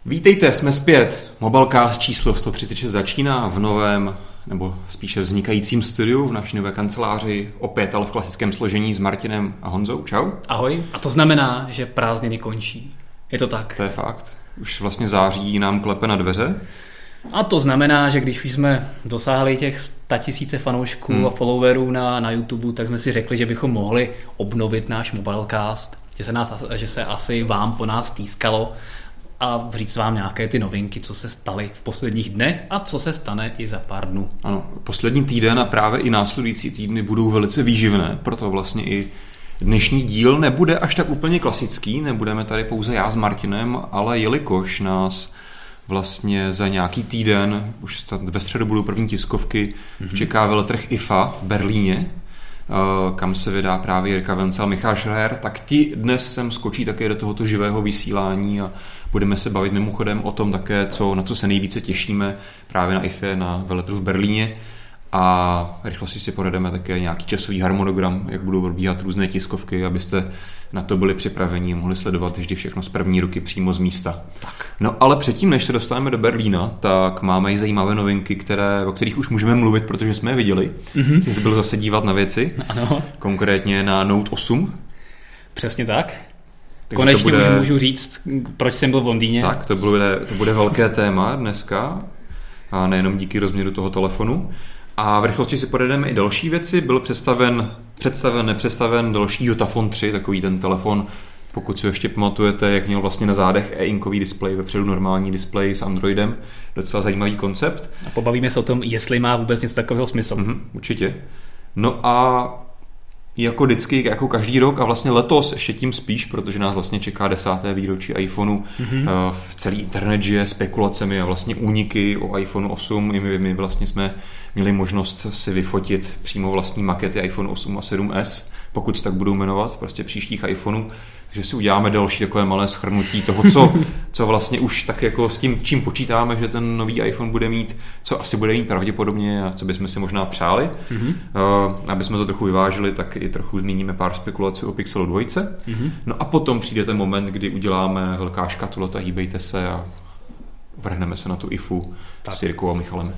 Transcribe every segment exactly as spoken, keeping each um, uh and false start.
Vítejte, jsme zpět. Mobilecast číslo sto třicet šest začíná v novém, nebo spíše vznikajícím studiu v naší nové kanceláři, opět ale v klasickém složení s Martinem a Honzou. Čau. Ahoj. A to znamená, že prázdniny končí. Je to tak? To je fakt. Už vlastně září nám klepe na dveře. A to znamená, že když už jsme dosáhli těch statisíce fanoušků hmm. a followerů na, na YouTube, tak jsme si řekli, že bychom mohli obnovit náš Mobilecast, že se, nás, že se asi vám po nás týskalo a říct vám nějaké ty novinky, co se staly v posledních dnech a co se stane i za pár dnů. Ano, poslední týden a právě i následující týdny budou velice výživné, proto vlastně i dnešní díl nebude až tak úplně klasický, nebudeme tady pouze já s Martinem, ale jelikož nás vlastně za nějaký týden, už ve středu budou první tiskovky, mm-hmm. čeká veletrh I F A v Berlíně, kam se vydá právě Jirka Vencel, Michal Schreier, tak ti dnes sem skočí také do tohoto živého vysílání a budeme se bavit mimochodem o tom také, co, na co se nejvíce těšíme právě na I F A, na veletrhu v Berlíně. A rychlosti si porademe také nějaký časový harmonogram, jak budou probíhat různé tiskovky, abyste na to byli připraveni a mohli sledovat vždy všechno z první ruky přímo z místa. Tak. No ale předtím, než se dostaneme do Berlína, tak máme i zajímavé novinky, které, o kterých už můžeme mluvit, protože jsme je viděli. Mm-hmm. Ty jsi byl zase dívat na věci, ano. Konkrétně na Note osm. Přesně tak. Takže konečně bude... už můžu říct, proč jsem byl v Londýně. Tak, to bude, to bude velké téma dneska a nejenom díky rozměru toho telefonu. A v rychlosti si pojedeme i další věci. Byl představen, představen, nepředstaven další Jotafone tři, takový ten telefon, pokud si ještě pamatujete, jak měl vlastně na zádech e-inkový displej, vepředu normální displej s Androidem. Docela zajímavý koncept. A pobavíme se o tom, jestli má vůbec něco takového smysl. Mhm, určitě. No a jako vždycky, jako každý rok a vlastně letos ještě tím spíš, protože nás vlastně čeká desáté výročí iPhoneu. Mm-hmm. V celý internet žije spekulacemi a vlastně úniky o iPhone osm. I my, my vlastně jsme měli možnost si vyfotit přímo vlastní makety iPhone osm a sedm S, pokud se tak budou jmenovat, prostě příštích iPhoneů. Takže si uděláme další takové malé shrnutí toho, co, co vlastně už tak jako s tím, čím počítáme, že ten nový iPhone bude mít, co asi bude mít pravděpodobně a co bychom si možná přáli. Mm-hmm. Uh, aby jsme to trochu vyvážili, tak i trochu zmíníme pár spekulací o Pixelu dva. Mm-hmm. No a potom přijde ten moment, kdy uděláme velká škatuleta, hýbejte se a vrhneme se na tu I F U s Jirkou a Michalem.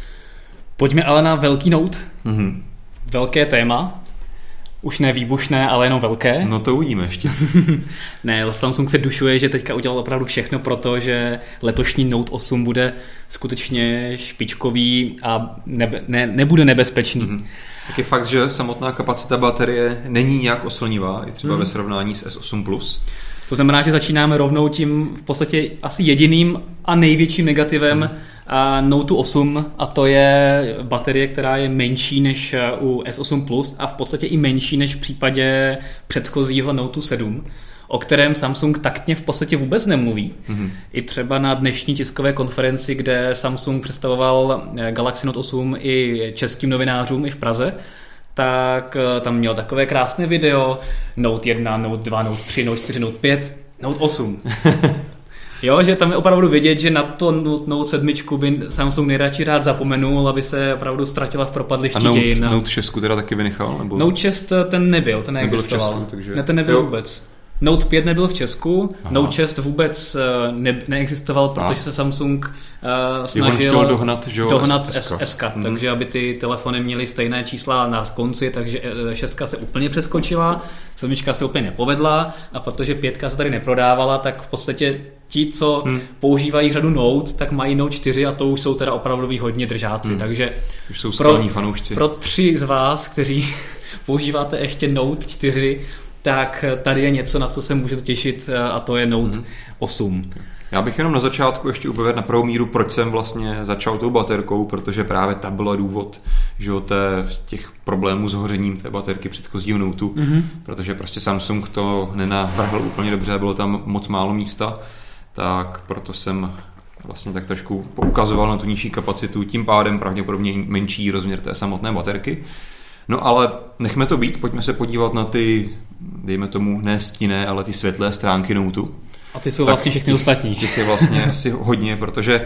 Pojďme ale na velký Note. Mm-hmm. Velké téma. Už ne výbušné, ale jenom velké. No to uvidíme ještě. Ne, Samsung se dušuje, že teďka udělal opravdu všechno pro to, že letošní Note osm bude skutečně špičkový a nebe, ne, nebude nebezpečný. Mm-hmm. Tak je fakt, že samotná kapacita baterie není nějak oslnivá, i třeba mm. ve srovnání s S osm Plus. To znamená, že začínáme rovnou tím v podstatě asi jediným a největším negativem mm. a Note osm, a to je baterie, která je menší než u S osm Plus a v podstatě i menší než v případě předchozího Note sedm, o kterém Samsung taktně v podstatě vůbec nemluví. Mm-hmm. I třeba na dnešní tiskové konferenci, kde Samsung představoval Galaxy Note osm i českým novinářům i v Praze, tak tam měl takové krásné video, Note jedna, Note dva, Note tři, Note čtyři, Note pět, Note osm. Jo, že tam je opravdu vidět, že na to Note sedm by Samsung nejradši rád zapomenul, aby se opravdu ztratila v propadlišti dějin. A Note šest teda taky vynechal? Nebo... Note šest ten nebyl, ten neexistoval. Nebyl v Česku, takže... Ne, ten nebyl jo. vůbec. Note pět nebyl v Česku, Aha. Note šest vůbec ne, neexistoval, protože Aha. se Samsung uh, snažil dohnat, že jo, dohnat S K. S K, mm. takže aby ty telefony měly stejné čísla na konci, takže šestka se úplně přeskočila, sedmička se úplně nepovedla a protože pětka se tady neprodávala, tak v podstatě ti, co hmm. používají řadu Note, tak mají Note čtyři a to už jsou teda opravdu hodně držáci, hmm. takže už jsou skalní fanoušci. Pro tři z vás, kteří používáte ještě Note čtyři, tak tady je něco, na co se můžete těšit a to je Note mm-hmm. osm. Já bych jenom na začátku ještě uvedl na pravou míru, proč jsem vlastně začal tou baterkou, protože právě ta byla důvod, že o té, těch problémů s hořením té baterky předchozího Noteu, mm-hmm. protože prostě Samsung to nenavrhl úplně dobře, bylo tam moc málo místa, tak proto jsem vlastně tak trošku poukazoval na tu nižší kapacitu, tím pádem pravděpodobně menší rozměr té samotné baterky. No ale nechme to být, pojďme se podívat na ty, dejme tomu, ne stinné, ale ty světlé stránky Noteu. A ty jsou tak vlastně všechny těch, ostatní. Těch je vlastně asi hodně, protože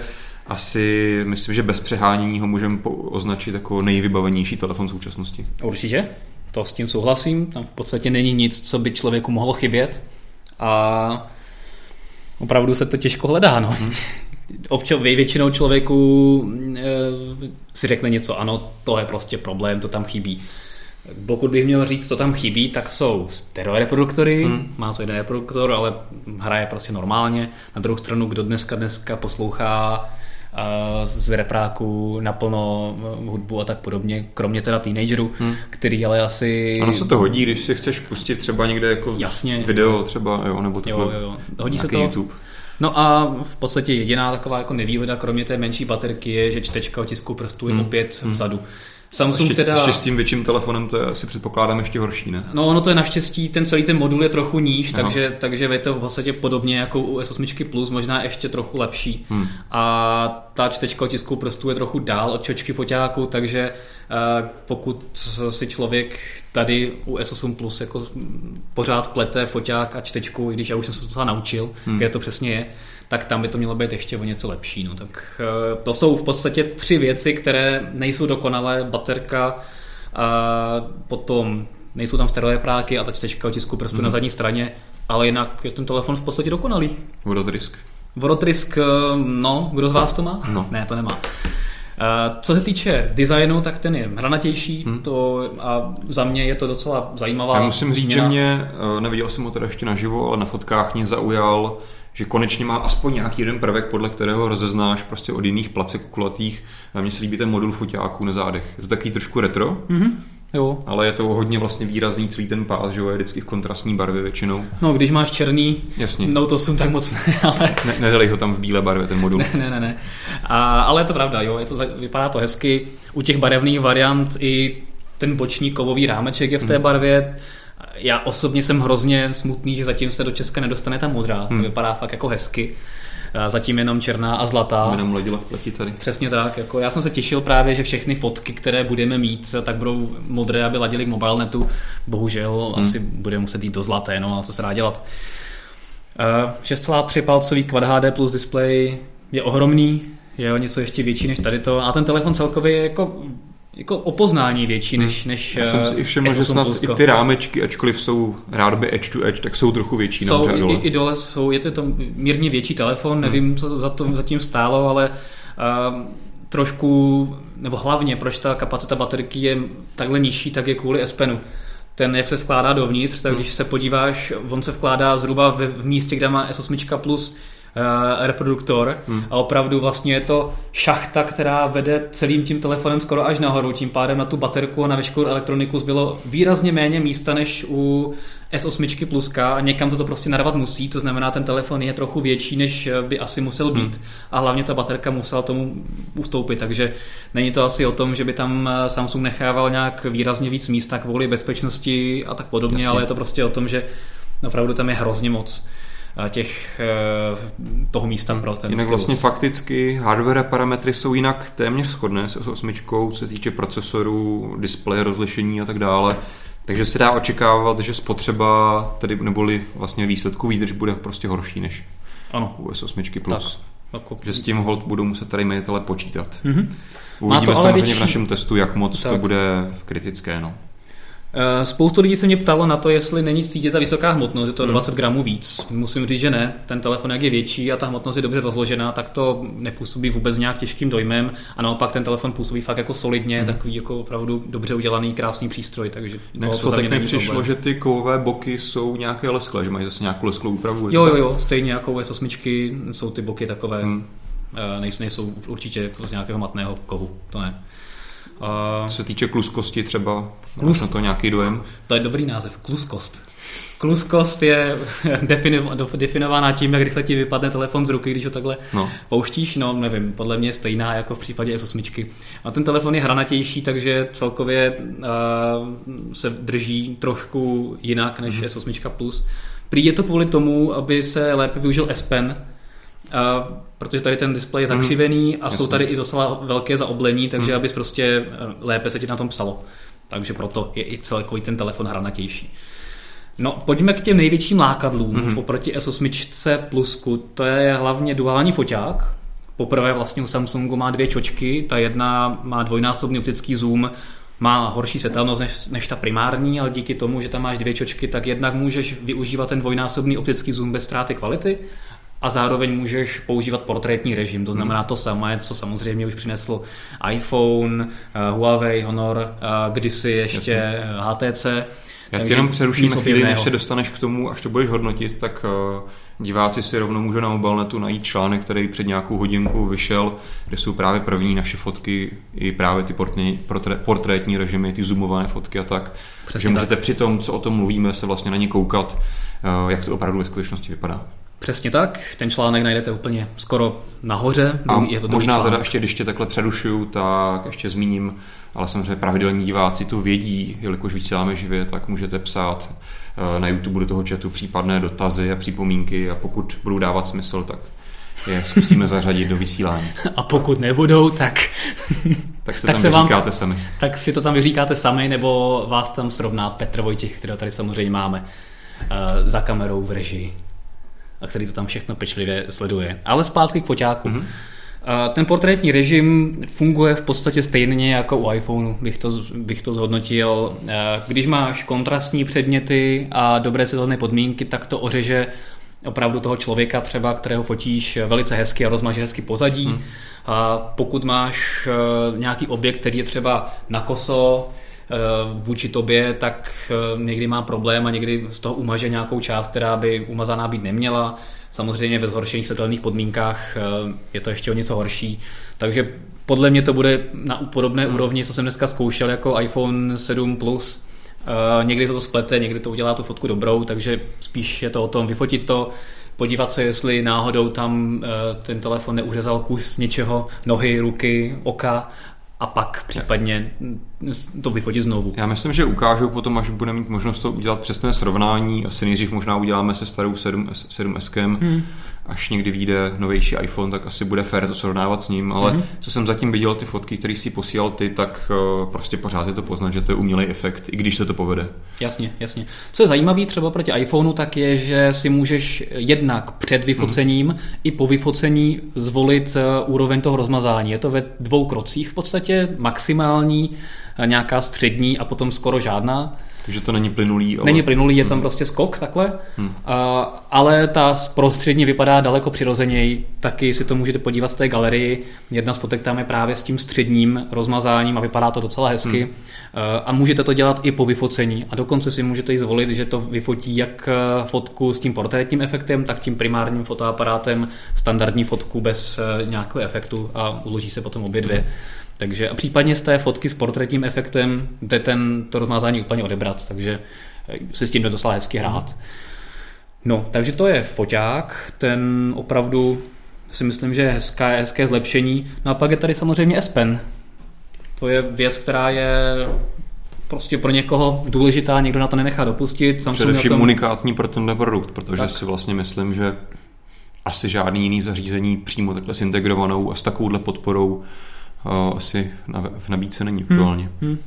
asi myslím, že bez přehánění ho můžeme označit jako nejvybavenější telefon v současnosti. Určitě, to s tím souhlasím, tam v podstatě není nic, co by člověku mohlo chybět. A opravdu se to těžko hledá, no. Hmm. Občas většinou člověku e, si řekne něco, ano, to je prostě problém, to tam chybí. Pokud bych měl říct, co tam chybí, tak jsou stereo reproduktory, hmm. má to jeden reproduktor, ale hraje prostě normálně. Na druhou stranu, kdo dneska dneska poslouchá uh, z repráku naplno hudbu a tak podobně, kromě teda teenagerů, hmm. který ale asi... Ono se to hodí, když si chceš pustit třeba někde jako Jasně. video třeba, jo, nebo takhle jo, jo, jo. Hodí se to. YouTube. No a v podstatě jediná taková jako nevýhoda, kromě té menší baterky, je, že čtečka otisku prstů je hmm. opět hmm. vzadu. Samsung ještě, teda... ještě s tím větším telefonem to je asi předpokládám ještě horší, ne? No ono to je naštěstí, ten celý ten modul je trochu níž, takže, takže je to v podstatě podobně jako u S osm Plus, možná ještě trochu lepší. Hmm. A ta čtečka otisku prstů je trochu dál od čočky foťáku, takže uh, pokud si člověk tady u S osm Plus jako pořád plete foťák a čtečku, i když já už jsem se to naučil, hmm. kde to přesně je, tak tam by to mělo být ještě o něco lepší. No. Tak to jsou v podstatě tři věci, které nejsou dokonalé. Baterka, a potom nejsou tam stereorepráky a ta čtečka otisku prstu mm. na zadní straně, ale jinak je ten telefon v podstatě dokonalý. Vodotrysk. Vodotrysk, no, kdo z vás to má? No. Ne, to nemá. Co se týče designu, tak ten je hranatější hmm. to, a za mě je to docela zajímavá. Já musím říct, změna. Že mě, neviděl jsem ho teda ještě naživo, ale na fotkách mě zaujal, že konečně má aspoň nějaký jeden prvek, podle kterého rozeznáš prostě od jiných placek kulatých. Mně se líbí ten modul foťáků na zádech. Je to takový trošku retro, mm-hmm. jo. Ale je to hodně vlastně výrazný celý ten pád, že jo, je vždycky v kontrastní barvě většinou. No, když máš černý, jasně. No to jsem tak moc ne, ale... Ne, nedali ho tam v bílé barvě, ten modul. Ne, ne, ne, ne. A, ale je to pravda, jo, je to, vypadá to hezky. U těch barevných variant i ten boční kovový rámeček je v té hmm. barvě. Já osobně jsem hrozně smutný, že zatím se do Česka nedostane ta modrá. Hmm. To vypadá fakt jako hezky. Zatím jenom černá a zlatá. Jenom ledila platí tady. Přesně tak. Jako já jsem se těšil právě, že všechny fotky, které budeme mít, tak budou modré, aby ladily k mobilenetu. Bohužel hmm. asi bude muset jít do zlaté, no ale co se dá dělat. šest celá tři palcový Quad H D plus display je ohromný. Je o něco ještě větší než tady to. A ten telefon celkově je jako... jako opoznání větší než, než já jsem si i všiml, že snad i ty rámečky, ačkoliv jsou rádoby edge to edge, tak jsou trochu větší. Jsou, i, dole. I dole jsou, je to, to mírně větší telefon, hmm. nevím, co za to zatím stálo, ale uh, trošku, nebo hlavně, proč ta kapacita baterky je takhle nižší, tak je kvůli S Penu. Ten, jak se vkládá dovnitř, tak hmm. když se podíváš, on se vkládá zhruba v, v místě, kde má S osm Plus Uh, reproduktor hmm. a opravdu vlastně je to šachta, která vede celým tím telefonem skoro až nahoru, tím pádem na tu baterku a na veškerou elektroniku zbylo výrazně méně místa než u S osm Pluska a někam to, to prostě narvat musí, to znamená ten telefon je trochu větší, než by asi musel být hmm. a hlavně ta baterka musela tomu ustoupit, takže není to asi o tom, že by tam Samsung nechával nějak výrazně víc místa kvůli bezpečnosti a tak podobně, jasně. Ale je to prostě o tom, že opravdu tam je hrozně moc těch, toho místa pro ten jinak stylus. Vlastně fakticky hardware parametry jsou jinak téměř shodné s S osm, co se týče procesoru, displeje, rozlišení a tak dále. Takže se dá očekávat, že spotřeba, tedy neboli vlastně výsledku výdrž bude prostě horší než ano. u S osm Plus. Tak. Že s tím hold budou muset tady majitele počítat. Mm-hmm. Uvidíme samozřejmě větší... v našem testu, jak moc tak. To bude kritické. No. Spoustu lidí se mě ptalo na to, jestli není cítit ta vysoká hmotnost, je to hmm. dvacet gramů víc. Musím říct, že ne. Ten telefon, jak je větší a ta hmotnost je dobře rozložená, tak to nepůsobí vůbec nějak těžkým dojmem a naopak ten telefon působí fakt jako solidně, hmm. takový jako opravdu dobře udělaný, krásný přístroj, takže to tak mi přišlo, problém. Že ty kovové boky jsou nějaké lesklé, že mají zase nějakou lesklou úpravu. Jo, jo, jo, stejně jako u S osm jsou ty boky takové, hmm. nejsou, nejsou určitě z nějakého matného kovu, to ne. Uh, Co se týče kluskosti třeba, klus... na to nějaký dojem? To je dobrý název, kluskost. Kluskost je defino- definována tím, jak rychle ti vypadne telefon z ruky, když ho takhle no. pouštíš, no nevím, podle mě je stejná jako v případě S osm. A ten telefon je hranatější, takže celkově uh, se drží trošku jinak než mm-hmm. S osm Plus. Prý je to kvůli tomu, aby se lépe využil S Pen, Uh, protože tady ten displej je zakřivený a mm, jsou tady i docela velké zaoblení, takže mm. abys prostě lépe se ti na tom psalo. Takže proto je i celkový ten telefon hranatější. No, pojďme k těm největším lákadlům mm. oproti S osm Plusku. To je hlavně duální foťák. Poprvé vlastně u Samsungu má dvě čočky, ta jedna má dvojnásobný optický zoom, má horší světelnost než, než ta primární, ale díky tomu, že tam máš dvě čočky, tak jednak můžeš využívat ten dvojnásobný optický zoom bez ztráty kvality. a zároveň můžeš používat portrétní režim. To znamená to samé, co samozřejmě už přinesl iPhone, Huawei, Honor, kdysi ještě Jasně. H T C. Já tě jenom přeruším na chvíli, než se dostaneš k tomu, až to budeš hodnotit, tak diváci si rovnou můžou na Mobilnetu najít článek, který před nějakou hodinkou vyšel, kde jsou právě první naše fotky i právě ty portrétní režimy, ty zoomované fotky a tak. Přesně Takže tak. Můžete při tom, co o tom mluvíme, se vlastně na ně koukat, jak to opravdu ve skutečnosti vypadá. Přesně tak, ten článek najdete úplně skoro nahoře. A je to možná článek. teda ještě, když tě takhle přerušuju, tak ještě zmíním, ale samozřejmě pravidelní diváci to vědí, jelikož vysíláme živě, tak můžete psát na YouTube do toho chatu případné dotazy a připomínky a pokud budou dávat smysl, tak je zkusíme zařadit do vysílání. A pokud nebudou, tak... tak se tak tam se vyříkáte vám, sami. Tak si to tam vyříkáte sami, nebo vás tam srovná Petr Vojtěch, kterého tady samozřejmě máme uh, za kamerou v režii, a který to tam všechno pečlivě sleduje. Ale zpátky k foťáku. Mm-hmm. Ten portrétní režim funguje v podstatě stejně jako u iPhoneu, bych to, bych to zhodnotil. Když máš kontrastní předměty a dobré světelné podmínky, tak to ořeže opravdu toho člověka třeba, kterého fotíš velice hezky a rozmaže hezky pozadí. Hmm. A pokud máš nějaký objekt, který je třeba na koso vůči tobě, tak někdy má problém a někdy z toho umaže nějakou část, která by umazaná být neměla. Samozřejmě ve zhoršených světelných podmínkách je to ještě o něco horší. Takže podle mě to bude na podobné hmm. úrovni, co jsem dneska zkoušel jako iPhone sedm plus. Někdy to splete, někdy to udělá tu fotku dobrou, takže spíš je to o tom vyfotit to, podívat se, jestli náhodou tam ten telefon neuřezal kus z něčeho, nohy, ruky, oka, a pak případně to vyfotit znovu. Já myslím, že ukážou potom, až budeme mít možnost to udělat přesné srovnání. Asi nejdřív možná uděláme se starou sedm S kem. Hmm. Až někdy vyjde novější iPhone, tak asi bude fér to srovnávat s ním, ale hmm. co jsem zatím viděl, ty fotky, které si posílal ty, tak uh, prostě pořád je to poznat, že to je umělej efekt, i když se to povede. Jasně, jasně. Co je zajímavé třeba proti iPhoneu, tak je, že si můžeš jednak před vyfocením hmm. i po vyfocení zvolit uh, úroveň toho rozmazání. Je to ve dvou krocích v podstatě, maximální, uh, nějaká střední a potom skoro žádná. Takže to není plynulý. Ale... Není plynulý, je tam hmm. prostě skok takhle, hmm. a, ale ta prostřední vypadá daleko přirozeněji, taky si to můžete podívat v té galerii. Jedna z fotek tam je právě s tím středním rozmazáním a vypadá to docela hezky. Hmm. A můžete to dělat i po vyfocení a dokonce si můžete i zvolit, že to vyfotí jak fotku s tím portrétním efektem, tak tím primárním fotoaparátem standardní fotku bez nějakého efektu a uloží se potom obě dvě. Hmm. Takže a případně z té fotky s portrétním efektem jde ten, to rozmázání úplně odebrat, takže si s tím jde docela hezky hrát. No, takže to je foťák, ten opravdu si myslím, že je hezké, hezké zlepšení. No a pak je tady samozřejmě S Pen. To je věc, která je prostě pro někoho důležitá, někdo na to nenechá dopustit. Samsung především tom... unikátní pro tenhle produkt, protože tak. si vlastně myslím, že asi žádný jiný zařízení přímo takhle s integrovanou a s takovouhle podporou asi v nabídce není aktuálně. Hmm, hmm.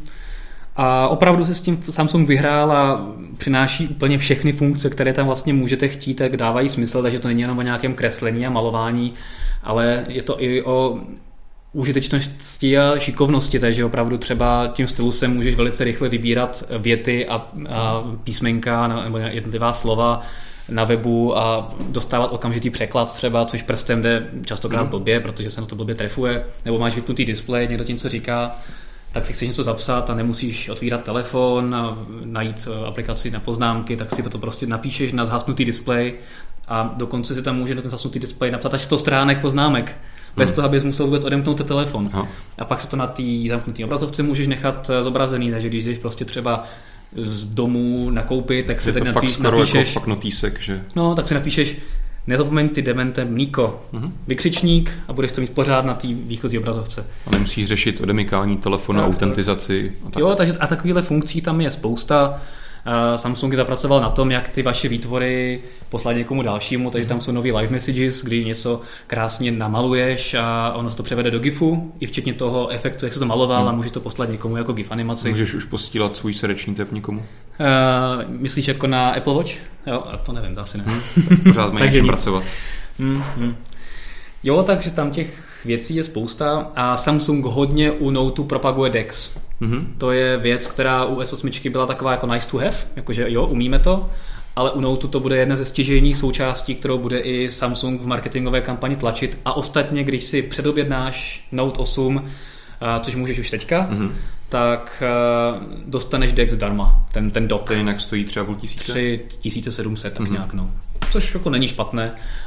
A opravdu se s tím Samsung vyhrál a přináší úplně všechny funkce, které tam vlastně můžete chtít, tak dávají smysl, takže to není jenom o nějakém kreslení a malování, ale je to i o užitečnosti a šikovnosti, takže opravdu třeba tím stylusem můžeš velice rychle vybírat věty a, a písmenka nebo jednotlivá slova na webu a dostávat okamžitý překlad třeba, což prstem jde častokrát blbě, protože se na to blbě trefuje, nebo máš vypnutý displej, někdo ti něco říká, tak si chceš něco zapsat a nemusíš otvírat telefon a najít aplikaci na poznámky, tak si to prostě napíšeš na zhasnutý displej a dokonce si tam může na ten zhasnutý displej napsat až sto stránek poznámek, bez hmm. toho, abys musel vůbec odemknout ten telefon. No. A pak se to na té zamknuté obrazovce můžeš nechat zobrazený, takže když jdeš prostě třeba z domu nakoupit, tak si teď napí, napíšeš... Jako fakt notýsek, že... No, tak si napíšeš nezapomeň ty dementem Mníko, uh-huh. vykřičník a budeš to mít pořád na té výchozí obrazovce. A nemusíš řešit odemykání telefonu, tak, autentizaci. A tak. Jo, takže a takovýchhle funkcí tam je spousta. Samsung zapracoval na tom, jak ty vaše výtvory poslat někomu dalšímu, takže tam jsou nový live messages, kdy něco krásně namaluješ a ono se to převede do GIFu, i včetně toho efektu, jak se to maloval hmm. a můžeš to poslat někomu jako GIF animaci. Můžeš už posílat svůj srdeční tep někomu? Uh, myslíš jako na Apple Watch? Jo, to nevím, to asi ne. Hmm. Pořád mají čím pracovat. Hmm, hmm. Jo, takže tam těch věcí je spousta a Samsung hodně u Note propaguje D E X. Mm-hmm. To je věc, která u S osm byla taková jako nice to have, jakože jo, umíme to, ale u Note to bude jedna ze stěžejních součástí, kterou bude i Samsung v marketingové kampani tlačit. A ostatně, když si předobjednáš Note osm, což můžeš už teďka, mm-hmm. tak dostaneš D E X zdarma, ten, ten dock. Ten jinak stojí třeba půl tisíce? tři tisíce sedm set, tak mm-hmm. nějak, no. Což jako není špatné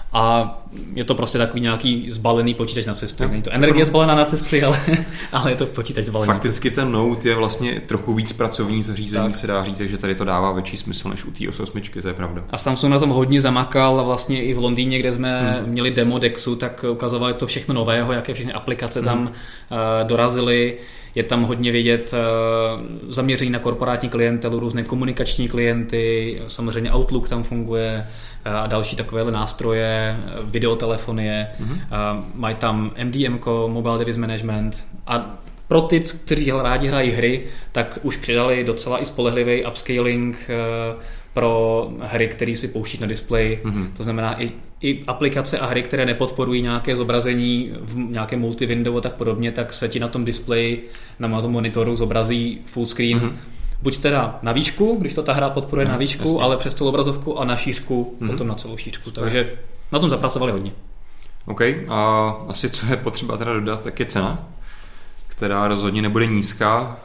a je to prostě takový nějaký zbalený počítač na cesty. No, není to energie zbalená na cesty, ale, ale je to počítač zbalený. Fakticky ten Note je vlastně trochu víc pracovní zařízení, tak se dá říct, takže tady to dává větší smysl než u té os osm, to je pravda. A Samsung na tom hodně zamakal a vlastně i v Londýně, kde jsme hmm. měli demo D E Xu, tak ukazovali to všechno nového, jaké všechny aplikace hmm. tam uh, dorazily. Je tam hodně vidět uh, zaměření na korporátní klientelu, různé komunikační klienty, samozřejmě Outlook tam funguje a další takovéhle nástroje, videotelefonie, mm-hmm. uh, mají tam M D M ko, Mobile Device Management a pro ty, kteří rádi hrají hry, tak už přidali docela i spolehlivý upscaling uh, pro hry, které si pouští na displeji. Mm-hmm. To znamená i, i aplikace a hry, které nepodporují nějaké zobrazení v nějakém multi-window a tak podobně, tak se ti na tom displeji, na tom monitoru zobrazí full screen. Mm-hmm. Buď teda na výšku, když to ta hra podporuje mm, na výšku, jasně. ale přes tu obrazovku a na šířku, mm-hmm. potom na celou šířku. Takže na tom zapracovali hodně. OK, a asi co je potřeba teda dodat, tak je cena, která rozhodně nebude nízká,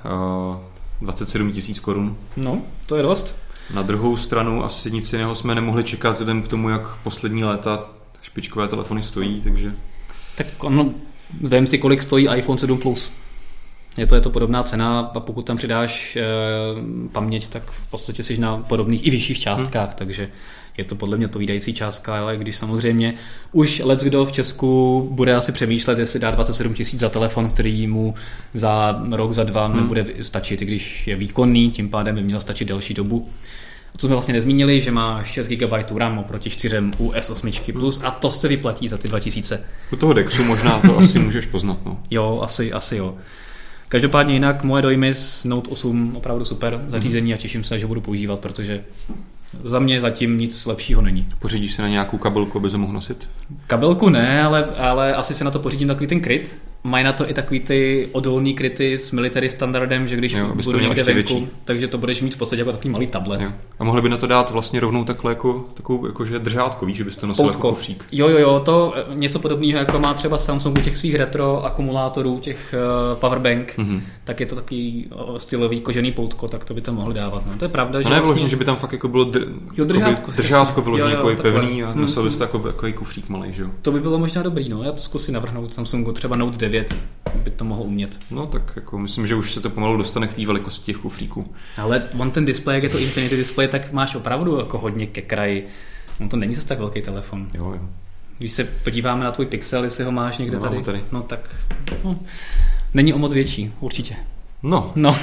dvacet sedm tisíc korun. No, to je dost. Na druhou stranu asi nic jiného jsme nemohli čekat vzhledem k tomu, jak poslední léta špičkové telefony stojí, takže... Tak ono, vem si, kolik stojí iPhone sedm plus. Je to, je to podobná cena a pokud tam přidáš e, paměť, tak v podstatě jsi na podobných i vyšších částkách, hmm. takže je to podle mě odpovídající částka, ale když samozřejmě už leckdo v Česku bude asi přemýšlet, jestli dá dvacet sedm tisíc za telefon, který mu za rok, za dva hmm. nebude stačit, i když je výkonný, tím pádem by měl stačit delší dobu. Co jsme vlastně nezmínili, že má šest gigabajtů RAM oproti čtyřem u S osm plus a to se vyplatí za ty dva tisíce. U toho D E Xu možná to asi můžeš poznat. No. Jo, asi, asi jo. Každopádně jinak moje dojmy z Note osm opravdu super zařízení a těším se, že budu používat, protože za mě zatím nic lepšího není. Pořídíš se na nějakou kabelku, aby se mohl nosit? Kabelku ne, ale, ale asi se na to pořídím takový ten kryt. Mají na to i takový ty odolný kryty s military standardem, že když jo, budu někde venku, takže to budeš mít v podstatě jako takový malý tablet. Jo. A mohli by na to dát vlastně rovnou takhle jako takovou jakože držátko, víš, že bys to nosil Poutko. Jako kufřík. Jo, jo, jo, to něco podobného, jako má třeba Samsung u těch svých retro akumulátorů, těch uh, powerbank, mm-hmm. tak je to takový uh, stylový kožený poutko, tak to by to mohli dávat. No, to je pravda, a že ne vlastně... vložně, že by tam fakt jako bylo dr... jo, držátko, držátko vyložený jako pevný a nosil bys to jako takový kufřík malej, že jo. To by bylo možná dobrý, no. Já to zkusím navrhnout Samsungu, třeba Note devět by to mohl umět. No tak jako myslím, že už se to pomalu dostane k té velikosti těch kufříků. Ale on ten displej, jak je to Infinity display, tak máš opravdu jako hodně ke kraji. On to není zase tak velký telefon. Jo, jo. Když se podíváme na tvůj Pixel, jestli ho máš někde tady, tady, no tak no, není o moc větší, určitě. No. No,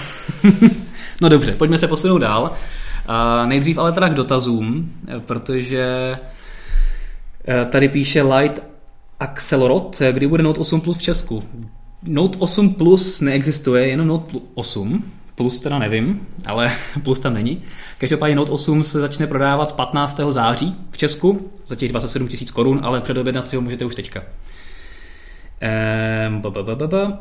no dobře, pojďme se posunout dál. Uh, nejdřív ale teda k dotazům, protože tady píše Light Accelerot, kdy bude Note osm Plus v Česku. Note osm Plus neexistuje, jenom Note osm, Plus teda nevím, ale Plus tam není. Každopádně Note osm se začne prodávat patnáctého září v Česku za těch dvacet sedm tisíc korun, ale předobjednat si ho můžete už teďka. Ehm, ba, ba, ba, ba.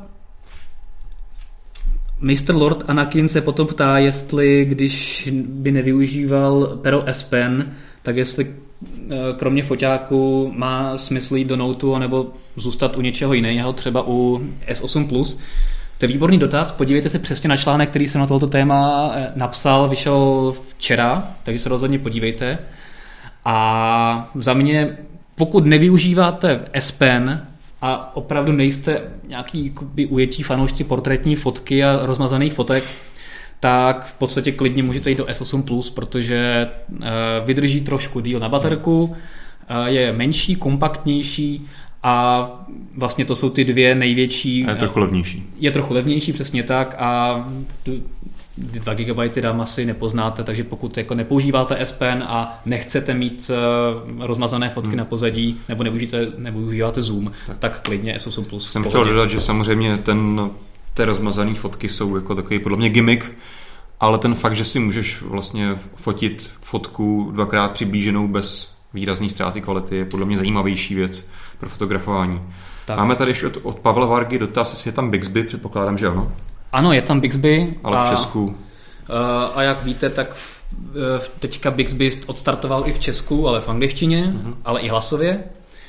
mister Lord Anakin se potom ptá, jestli když by nevyužíval pero S Pen, tak jestli kromě foťáku má smysl jít do Noteu nebo zůstat u něčeho jiného, třeba u S osm plus. To je výborný dotaz, podívejte se přesně na článek, který jsem na tohoto téma napsal, vyšel včera, takže se rozhodně podívejte. A za mě, pokud nevyužíváte S Pen a opravdu nejste nějaký ujetí fanoušci portrétní fotky a rozmazaných fotek, tak v podstatě klidně můžete jít do S osm plus, protože vydrží trošku díl na baterku, je menší, kompaktnější a vlastně to jsou ty dvě největší. A je trochu levnější. Je trochu levnější, přesně tak, a dva gigabajty RAM asi nepoznáte, takže pokud jako nepoužíváte S Pen a nechcete mít rozmazané fotky hmm. na pozadí nebo nevyužíváte, nevyužíváte Zoom, tak, tak klidně S osm plus. Jsem chtěl dodat, že samozřejmě ten ty rozmazané fotky jsou jako takový podle mě gimmick, ale ten fakt, že si můžeš vlastně fotit fotku dvakrát přiblíženou bez výrazné ztráty kvality, je podle mě zajímavější věc pro fotografování. Tak. Máme tady ještě od, od Pavla Vargy dotaz, jestli je tam Bixby, předpokládám, že ano? Ano, je tam Bixby. Ale a, v Česku. A jak víte, tak v teďka Bixby odstartoval i v Česku, ale v angličtině, mm-hmm. ale i hlasově.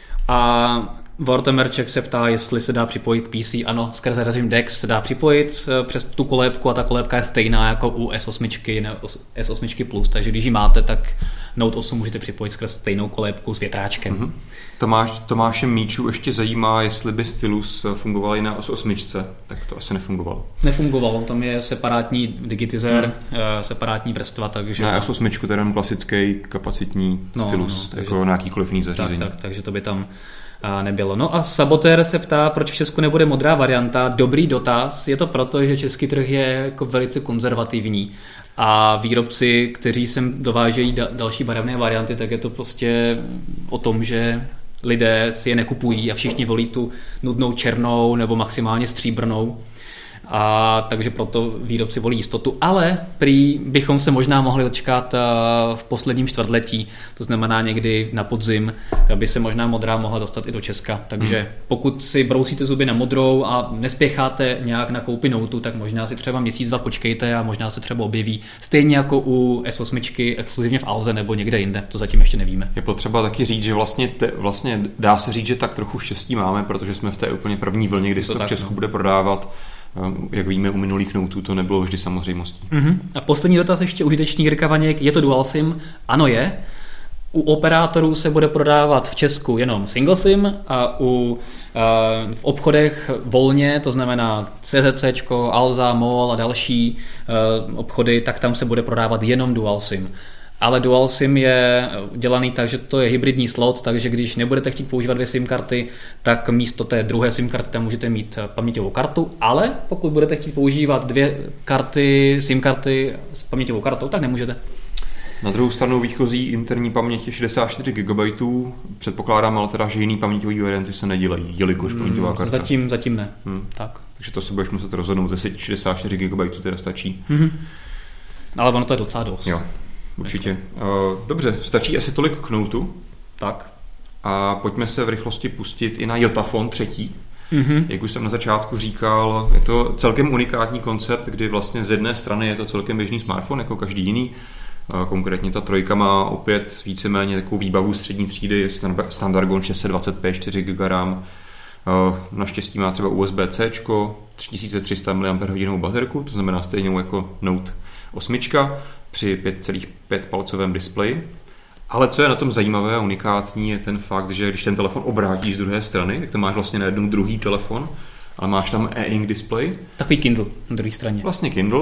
A Vortemerček se ptá, jestli se dá připojit k P C. Ano, skrze režim D E X se dá připojit přes tu kolébku a ta kolébka je stejná jako u S osm, ne, S osm Plus, takže když ji máte, tak Note osm můžete připojit skrz stejnou kolébku s větráčkem. Mm-hmm. Tomáš, Tomáše Míčů ještě zajímá, jestli by stylus fungoval i na S osm, tak to asi nefungovalo. Nefungovalo, tam je separátní digitizer, hmm. separátní vrstva, takže... Na S osm teda jenom klasický kapacitní no, stylus, no, jako na jakýkoliv jiný zařízení. Tak, tak, takže to by tam nebylo. No a Sabotér se ptá, proč v Česku nebude modrá varianta. Dobrý dotaz, je to proto, že český trh je jako velice konzervativní a výrobci, kteří sem dovážejí da- další barevné varianty, tak je to prostě o tom, že lidé si je nekupují a všichni volí tu nudnou černou nebo maximálně stříbrnou. A takže proto výrobci volí jistotu, ale prý bychom se možná mohli dočkat v posledním čtvrtletí, to znamená někdy na podzim, aby se možná modrá mohla dostat i do Česka. Takže hmm. pokud si brousíte zuby na modrou a nespěcháte nějak na koupi Note, tak možná si třeba měsíc, dva počkejte a možná se třeba objeví. Stejně jako u S osm exkluzivně v Alze nebo někde jinde, to zatím ještě nevíme. Je potřeba taky říct, že vlastně, te, vlastně dá se říct, že tak trochu štěstí máme, protože jsme v té úplně první vlně, kdy se to, to v Česku no. bude prodávat. Jak víme, u minulých Noteů to nebylo vždy samozřejmostí. Uh-huh. A poslední dotaz ještě užitečný, Jirka Vaněk, je to dual SIM? Ano je. U operátorů se bude prodávat v Česku jenom single SIM a u, uh, v obchodech volně, to znamená CZCčko, Alza, MOL a další uh, obchody, tak tam se bude prodávat jenom dual SIM. Ale dual SIM je dělaný tak, že to je hybridní slot, takže když nebudete chtít používat dvě SIM karty, tak místo té druhé SIM karty tam můžete mít paměťovou kartu, ale pokud budete chtít používat dvě karty, SIM karty s paměťovou kartou, tak nemůžete. Na druhou stranu výchozí interní paměť je šedesát čtyři gigabajtů, předpokládám ale teda, že jiný paměťový varianty se nedělají, jelikož paměťová karta. Zatím, zatím ne. Hmm. Tak. Takže to se budeš muset rozhodnout, jestli šedesát čtyři gigabajtů teda stačí. Mm-hmm. Ale ono to je docela dost. Jo. Určitě. Dobře, stačí asi tolik k Noteu. Tak. A pojďme se v rychlosti pustit i na Yotafone třetí. Mm-hmm. Jak už jsem na začátku říkal, je to celkem unikátní koncept, kdy vlastně z jedné strany je to celkem běžný smartphone, jako každý jiný. Konkrétně ta trojka má opět víceméně takovou výbavu střední třídy, Snapdragon šest set dvacet pět, čtyři giga RAM. Naštěstí má třeba U S B C, tři tisíce tři sta miliampérhodin baterku, to znamená stejnou jako Note osm při pět celá pět palcovém displeji. Ale co je na tom zajímavé a unikátní, je ten fakt, že když ten telefon obrátíš z druhé strany, tak to máš vlastně najednou druhý telefon, ale máš tam e-ink display. Takový Kindle na druhé straně. Vlastně Kindle.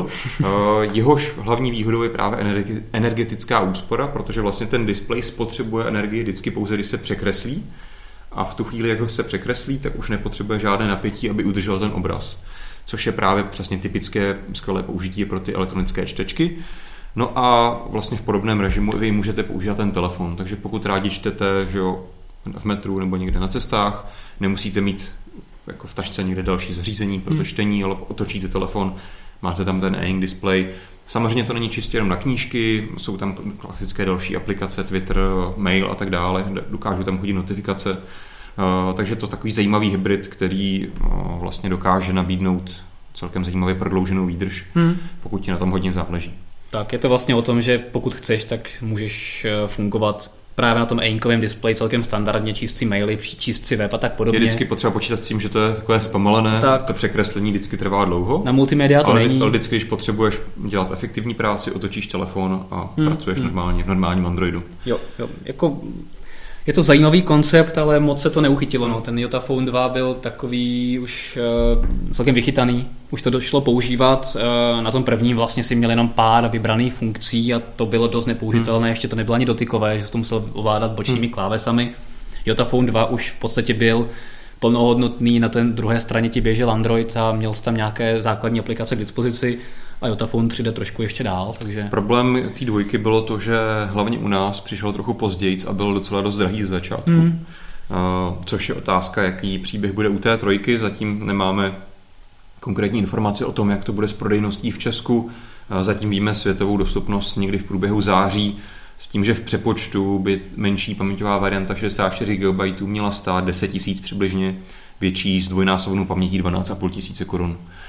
Jehož hlavní výhodou je právě energetická úspora, protože vlastně ten display spotřebuje energii vždycky pouze, když se překreslí. A v tu chvíli, jak ho se překreslí, tak už nepotřebuje žádné napětí, aby udržel ten obraz. Což je právě přesně typické skvělé použití pro ty elektronické čtečky. No a vlastně v podobném režimu vy můžete používat ten telefon, takže pokud rádi čtete, že jo, v metru nebo někde na cestách, nemusíte mít jako v tašce někde další zařízení pro to čtení, ale otočíte telefon, máte tam ten e-ink display. Samozřejmě to není čistě jenom na knížky, jsou tam klasické další aplikace, Twitter, mail a tak dále, dokážou tam chodit notifikace, uh, takže to je takový zajímavý hybrid, který uh, vlastně dokáže nabídnout celkem zajímavě prodlouženou výdrž, hmm. pokud ti na tom hodně záleží. Tak je to vlastně o tom, že pokud chceš, tak můžeš fungovat právě na tom e-inkovém displeji celkem standardně, číst si maily, číst si web a tak podobně. Je vždycky potřeba počítat s tím, že to je takové zpomalené, tak. To překreslení vždycky trvá dlouho. Na multimédia to ale není. Ale vždycky, když potřebuješ dělat efektivní práci, otočíš telefon a hmm. pracuješ hmm. normálně v normálním Androidu. Jo, jo, jako... Je to zajímavý koncept, ale moc se to neuchytilo. No. Ten Yotafone dva byl takový už uh, celkem vychytaný. Už to došlo používat. Uh, na tom prvním vlastně si měl jenom pár vybraných funkcí a to bylo dost nepoužitelné. Hmm. Ještě to nebylo ani dotykové, že jsi to musel ovládat bočními hmm. klávesami. Yotafone dva už v podstatě byl plnohodnotný. Na té druhé straně ti běžel Android a měl jsi tam nějaké základní aplikace k dispozici. A Yotafone tři jde trošku ještě dál. Takže... Problém té dvojky bylo to, že hlavně u nás přišel trochu později a byl docela dost drahý z začátku. Mm. Uh, což je otázka, jaký příběh bude u té trojky. Zatím nemáme konkrétní informace o tom, jak to bude s prodejností v Česku. Uh, zatím víme světovou dostupnost někdy v průběhu září, s tím, že v přepočtu by menší paměťová varianta šedesát čtyři gigabajtů měla stát deset tisíc přibližně, větší s dvojnásobnou pamětí dvanáct a půl tisíce korun.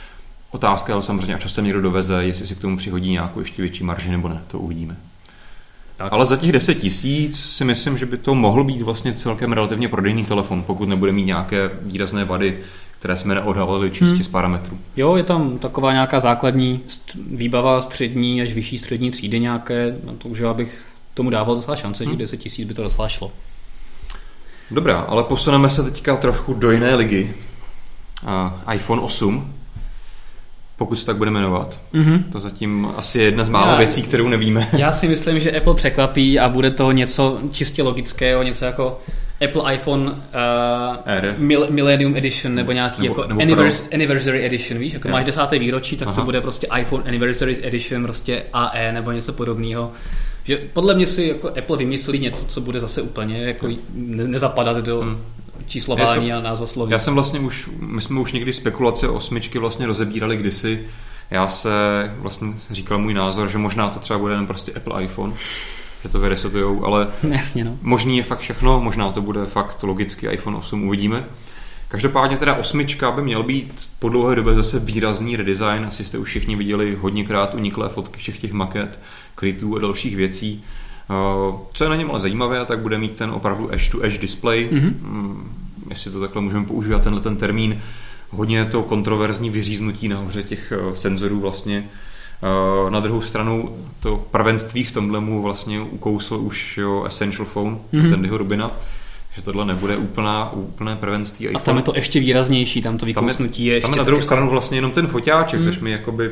Otázka je samozřejmě, a časem někdo doveze, jestli si k tomu přihodí nějakou ještě větší marži nebo ne, to uvidíme. Tak. Ale za těch deset tisíc si myslím, že by to mohl být vlastně celkem relativně prodejný telefon, pokud nebude mít nějaké výrazné vady, které jsme neodhalili čistě hmm. z parametrů. Jo, je tam taková nějaká základní výbava střední až vyšší střední třídy nějaké, to už já bych tomu dával docela šance, hmm. že deset tisíc by to docela šlo. Dobrá, ale posuneme se teďka trochu do jiné ligy. Uh, iPhone osm, pokud se tak bude jmenovat. Mm-hmm. To zatím asi je jedna z mála já, věcí, kterou nevíme. Já si myslím, že Apple překvapí a bude to něco čistě logického, něco jako Apple iPhone uh, Mil- Millennium Edition nebo nějaký nebo, jako nebo Anniversary, Anniversary Edition, víš, jako yeah. máš desáté výročí, tak Aha. to bude prostě iPhone Anniversary Edition, prostě A E nebo něco podobného. Že podle mě si jako Apple vymyslí něco, co bude zase úplně jako ne- nezapadat do hmm. číslování to, a názvosloví. Já jsem vlastně už, my jsme už někdy spekulace o osmičky vlastně rozebírali kdysi. Já se vlastně říkal můj názor, že možná to třeba bude jen prostě Apple iPhone, že to vyresetujou, ale Jasně, no. možný je fakt všechno, možná to bude fakt logicky iPhone osm, uvidíme. Každopádně teda osmička by měl být po dlouhé době zase výrazný redesign, asi jste už všichni viděli hodněkrát uniklé fotky všech těch maket, krytů a dalších věcí. Co je na něm ale zajímavé, tak bude mít ten opravdu edge-to-edge display, mm-hmm. jestli to takhle můžeme používat, tenhle ten termín. Hodně to kontroverzní vyříznutí nahoře těch senzorů vlastně. Na druhou stranu to prvenství v tomhle mu vlastně ukousl už jo, Essential Phone, mm-hmm. Tandyho Rubina, že tohle nebude úplná, úplné prvenství iPhone. A tam je to ještě výraznější, tam to vykousnutí je, je ještě... Tam je na druhou stranu vlastně jenom ten foťáček, mm. což mi jakoby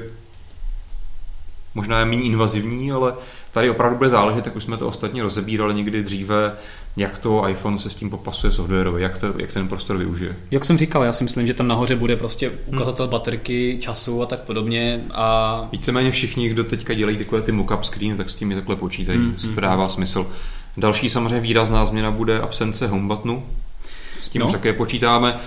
možná je méně invazivní, ale tady opravdu bude záležet, jak už jsme to ostatně rozebírali někdy dříve, jak to iPhone se s tím popasuje softwarově, jak, to, jak ten prostor využije. Jak jsem říkal, já si myslím, že tam nahoře bude prostě ukazatel hmm. baterky, času a tak podobně. A... Víceméně všichni, kdo teďka dělají takové ty mock-up screen, tak s tím je takhle počítají, hmm. to dává smysl. Další samozřejmě výrazná změna bude absence home buttonu. S tím no. také počítáme.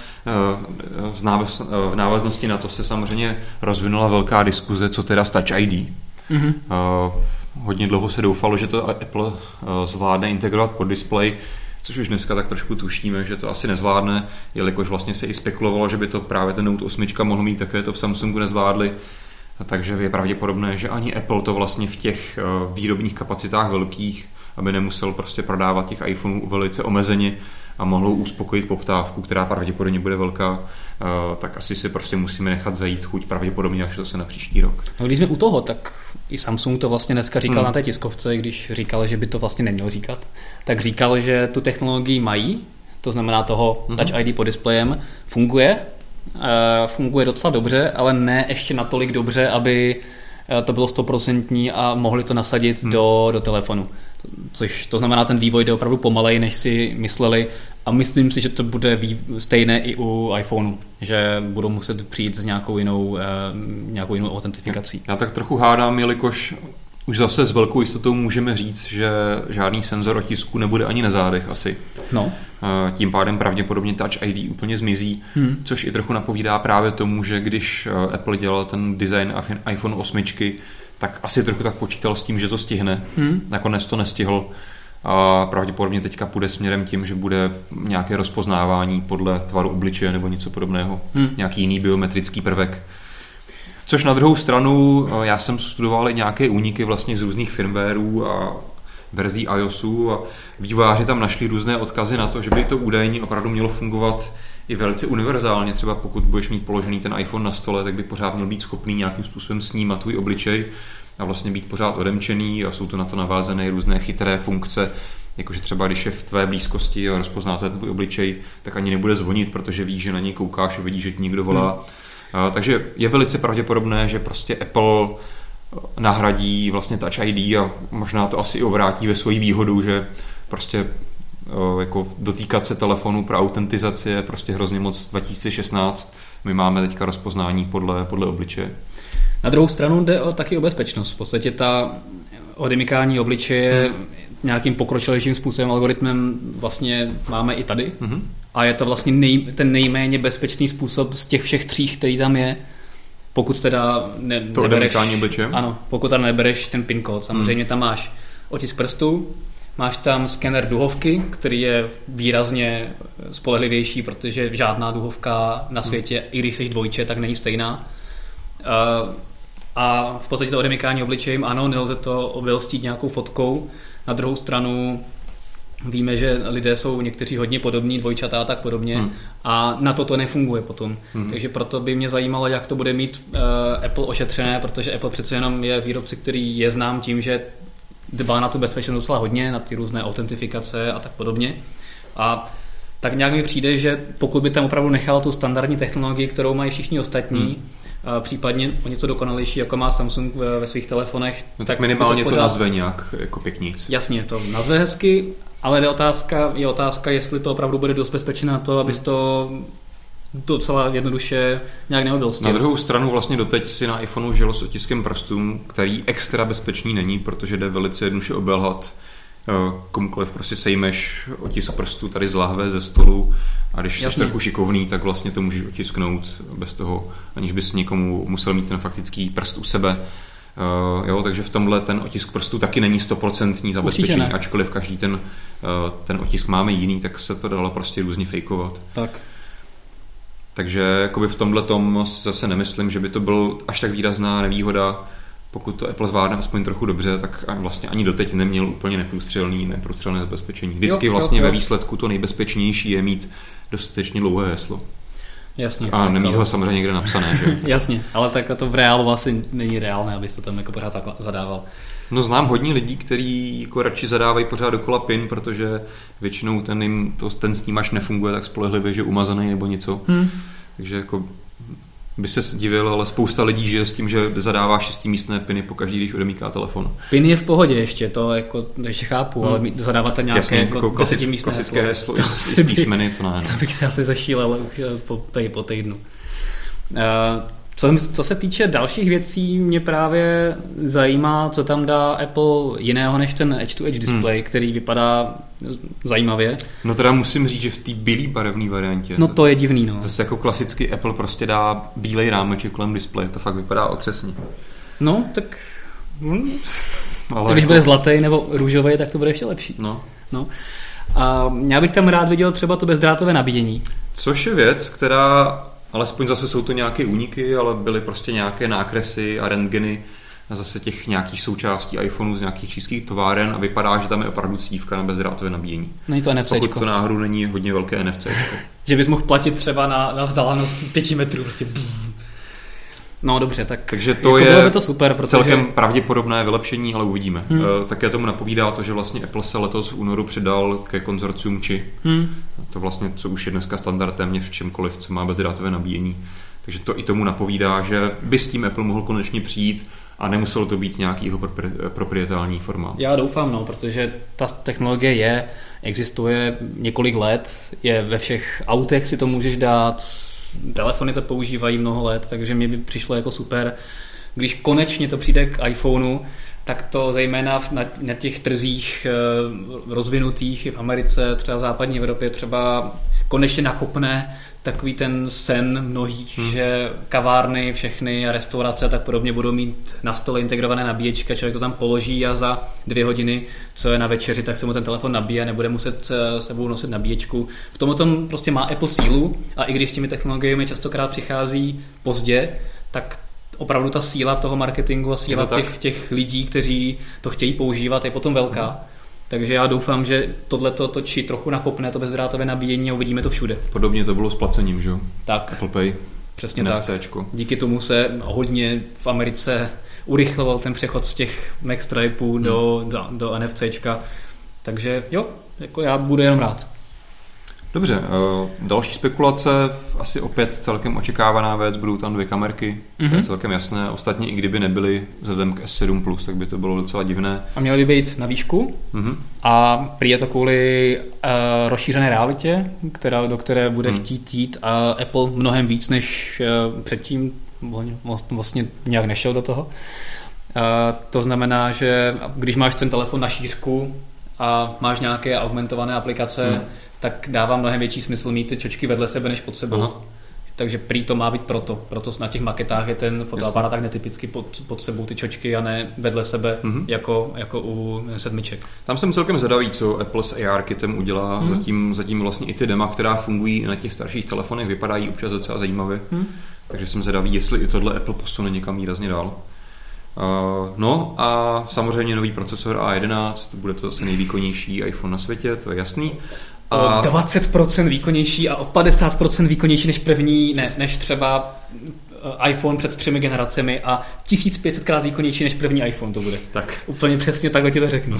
V návaznosti na to se samozřejmě rozvinula velká diskuze, co teda s Touch I D. Mm-hmm. Uh, hodně dlouho se doufalo, že to Apple uh, zvládne integrovat pod display, což už dneska tak trošku tušíme, že to asi nezvládne, jelikož vlastně se i spekulovalo, že by to právě ten Note osm mohl mít, také to v Samsungu nezvládli. Takže je pravděpodobné, že ani Apple to vlastně v těch uh, výrobních kapacitách velkých, aby nemusel prostě prodávat těch iPhoneů velice omezeně a mohlo uspokojit poptávku, která pravděpodobně bude velká, tak asi si prostě musíme nechat zajít chuť pravděpodobně až zase na příští rok. No, když jsme u toho, tak i Samsung to vlastně dneska říkal hmm. na té tiskovce, když říkal, že by to vlastně neměl říkat, tak říkal, že tu technologii mají, to znamená toho hmm. Touch I D pod displejem, funguje, funguje docela dobře, ale ne ještě natolik dobře, aby to bylo stoprocentní a mohli to nasadit hmm. do, do telefonu. Což to znamená, ten vývoj jde opravdu pomalej, než si mysleli, a myslím si, že to bude vý, stejné i u iPhoneu, že budou muset přijít s nějakou jinou, eh, nějakou jinou autentifikací. Já tak trochu hádám, jelikož už zase s velkou jistotou můžeme říct, že žádný senzor otisku nebude ani na zádech asi. No. Tím pádem pravděpodobně Touch I D úplně zmizí, hmm. což i trochu napovídá právě tomu, že když Apple dělal ten design iPhone osm, tak asi trochu tak počítal s tím, že to stihne. Hmm. Nakonec to nestihl a pravděpodobně teďka půjde směrem tím, že bude nějaké rozpoznávání podle tvaru obličeje nebo něco podobného. Hmm. Nějaký jiný biometrický prvek. Což na druhou stranu, já jsem studoval i nějaké úniky vlastně z různých firmwareů a verzí iOSu a vývojáři tam našli různé odkazy na to, že by to údajně opravdu mělo fungovat i velice univerzálně. Třeba pokud budeš mít položený ten iPhone na stole, tak by pořád měl být schopný nějakým způsobem snímat tvůj obličej a vlastně být pořád odemčený, a jsou to na to navázané různé chytré funkce, jakože třeba když je v tvé blízkosti a rozpozná to tvůj obličej, tak ani nebude zvonit, protože víš, že na něj koukáš a vidíš, že ti někdo volá. Hmm. A, takže je velice pravděpodobné, že prostě Apple nahradí vlastně Touch I D a možná to asi i obrátí ve svoji výhodu, že prostě jako dotýkat se telefonu pro autentizaci je prostě hrozně moc dva tisíce šestnáct. My máme teďka rozpoznání podle, podle obličeje. Na druhou stranu jde o taky o bezpečnost. V podstatě ta odemykání obličeje hmm. nějakým pokročilejším způsobem, algoritmem vlastně máme i tady. Hmm. A je to vlastně nej, ten nejméně bezpečný způsob z těch všech tří, který tam je. Pokud teda ne, to nebereš, odemykání obličeje? Ano, pokud tam nebereš ten PIN kód. Samozřejmě hmm. tam máš otisk prstů, máš tam skener duhovky, který je výrazně spolehlivější, protože žádná duhovka na světě, hmm. i když jsi dvojče, tak není stejná. A v podstatě to odemykání obličejem, ano, nelze to obelstít nějakou fotkou. Na druhou stranu víme, že lidé jsou někteří hodně podobní, dvojčatá a tak podobně hmm. a na to to nefunguje potom. Hmm. Takže proto by mě zajímalo, jak to bude mít uh, Apple ošetřené, protože Apple přece jenom je výrobce, který je znám tím, že dbá na tu bezpečnost docela hodně, na ty různé autentifikace a tak podobně. A tak nějak mi přijde, že pokud by tam opravdu nechal tu standardní technologii, kterou mají všichni ostatní, hmm. případně o něco dokonalejší, jako má Samsung ve svých telefonech. No tak minimálně to, to nazve nějak jako pěknic. Jasně, to nazve hezky, ale je otázka, je otázka, jestli to opravdu bude dost bezpečné na to, abys to docela jednoduše nějak neobylstil. Na druhou stranu vlastně doteď si na iPhoneu žilo s otiskem prstů, který extra bezpečný není, protože jde velice jednoduše obelhat. Komukoliv prostě sejmeš otisk prstu tady z lahve, ze stolu a když Jasně. jsi trochu šikovný, tak vlastně to můžeš otisknout bez toho, aniž bys někomu musel mít ten faktický prst u sebe. Uh, jo, takže v tomhle ten otisk prstu taky není stoprocentní zabezpečení, ačkoliv každý ten, uh, ten otisk máme jiný, tak se to dalo prostě různě fejkovat. Tak. Takže jakoby v tomhle tom zase nemyslím, že by to byl až tak výrazná nevýhoda. Pokud to Apple zvládne aspoň trochu dobře, tak vlastně ani doteď neměl úplně neprůstřelný, neprůstřelné zabezpečení. Vždycky jo, vlastně jo, jo. ve výsledku to nejbezpečnější je mít dostatečně dlouhé heslo. Jasně. A nemít ho samozřejmě někde napsané, že? Jasně, ale tak to v reálu asi není reálné, abys to tam jako pořád zadával. No znám hodně lidí, kteří jako radši zadávají pořád dokola PIN, protože většinou ten, jim, to, ten snímač nefunguje tak spolehlivě, že umazaný nebo něco. Hmm. Takže jako by se divil, ale spousta lidí žije s tím, že zadává šestimístné piny pokaždý, když odemíká telefon. PIN je v pohodě ještě, to jako ještě chápu, hmm. ale zadáváte nějaké Jasně, jako, jako desetimístné klasické heslo, heslo i s písmeny, to ne. To bych se asi zašílel už po, po týdnu. Uh, Co, co se týče dalších věcí, mě právě zajímá, co tam dá Apple jiného než ten edge-to-edge display, hmm. který vypadá zajímavě. No teda musím říct, že v té bílé barevné variantě. No to je divný, no. Zase jako klasicky Apple prostě dá bílej rámeček kolem displeje, to fakt vypadá otřesně. No, tak... Ale když jako... bude zlatý nebo růžový, tak to bude ještě lepší. No. no. A já bych tam rád viděl třeba to bezdrátové nabíjení. Což je věc, která... Alespoň zase jsou to nějaké úniky, ale byly prostě nějaké nákresy a rentgeny a zase těch nějakých součástí iPhoneu z nějakých čínských továren a vypadá, že tam je opravdu cívka na bezdrátové nabíjení. Není to NFCčko. Pokud to náhodou není hodně velké NFCčko. Že bys mohl platit třeba na, na vzdálenost pěti metrů. Prostě. No dobře, tak takže to jako je by to super, protože... celkem pravděpodobné vylepšení, ale uvidíme. Hmm. Také tomu napovídá to, že vlastně Apple se letos v únoru přidal ke konzorcium Qi. Hmm. To vlastně, co už je dneska standard téměř v čemkoliv, co má bezdrátové nabíjení. Takže to i tomu napovídá, že by s tím Apple mohl konečně přijít a nemuselo to být nějaký jeho proprietární formát. Já doufám, no, protože ta technologie je, existuje několik let, je ve všech autech si to můžeš dát, telefony to používají mnoho let, takže mě by přišlo jako super, když konečně to přijde k iPhoneu, tak to zejména na, na těch trzích e, rozvinutých i v Americe, třeba v západní Evropě, třeba konečně nakopne takový ten sen mnohých, hmm. že kavárny, všechny restaurace a tak podobně budou mít na stole integrované nabíječky, člověk to tam položí a za dvě hodiny, co je na večeři, tak se mu ten telefon nabíje, nebude muset sebou nosit nabíječku. V tom tom prostě má Apple sílu a i když s těmi technologiemi častokrát přichází pozdě, tak opravdu ta síla toho marketingu a síla těch, těch lidí, kteří to chtějí používat, je potom velká. Hmm. Takže já doufám, že tohleto točí trochu nakopne to bezdrátové nabíjení a uvidíme to všude. Podobně to bylo s placením, že jo? Tak. Apple Pay. Přesně NFCčko. Tak. Díky tomu se hodně v Americe urychloval ten přechod z těch Mac Stripeů hmm. do, do, do NFCčka. Takže jo, jako já budu jenom rád. Dobře, další spekulace, asi opět celkem očekávaná věc, budou tam dvě kamerky, mm-hmm. to je celkem jasné, ostatně i kdyby nebyly vzhledem k S sedm plus, tak by to bylo docela divné. A měly by být na výšku mm-hmm. a prý je to kvůli uh, rozšířené realitě, která, do které bude mm. chtít jít a Apple mnohem víc než uh, předtím, vlastně nějak nešel do toho. Uh, to znamená, že když máš ten telefon na šířku a máš nějaké augmentované aplikace, mm. tak dává mnohem větší smysl mít ty čočky vedle sebe než pod sebou. Aha. takže prý to má být proto. Proto na těch maketách je ten fotoaparát tak netypicky pod, pod sebou ty čočky a ne vedle sebe, mm-hmm. jako, jako u sedmiček. Tam jsem celkem zvědavý, co Apple s A R kitem udělá. Mm. Zatím, zatím vlastně i ty dema, která fungují na těch starších telefonech, vypadají občas docela zajímavě. Mm. Takže jsem zvědavý, jestli i tohle Apple posune někam výrazně dál. Uh, no a samozřejmě nový procesor A jedenáct, bude to asi nejvýkonnější iPhone na světě, to je jasný. A... O dvacet procent výkonnější a o padesát procent výkonnější než první, ne, než třeba iPhone před třemi generacemi a tisíc pět set krát výkonnější než první iPhone to bude. Tak. Úplně přesně takhle ti to řeknu.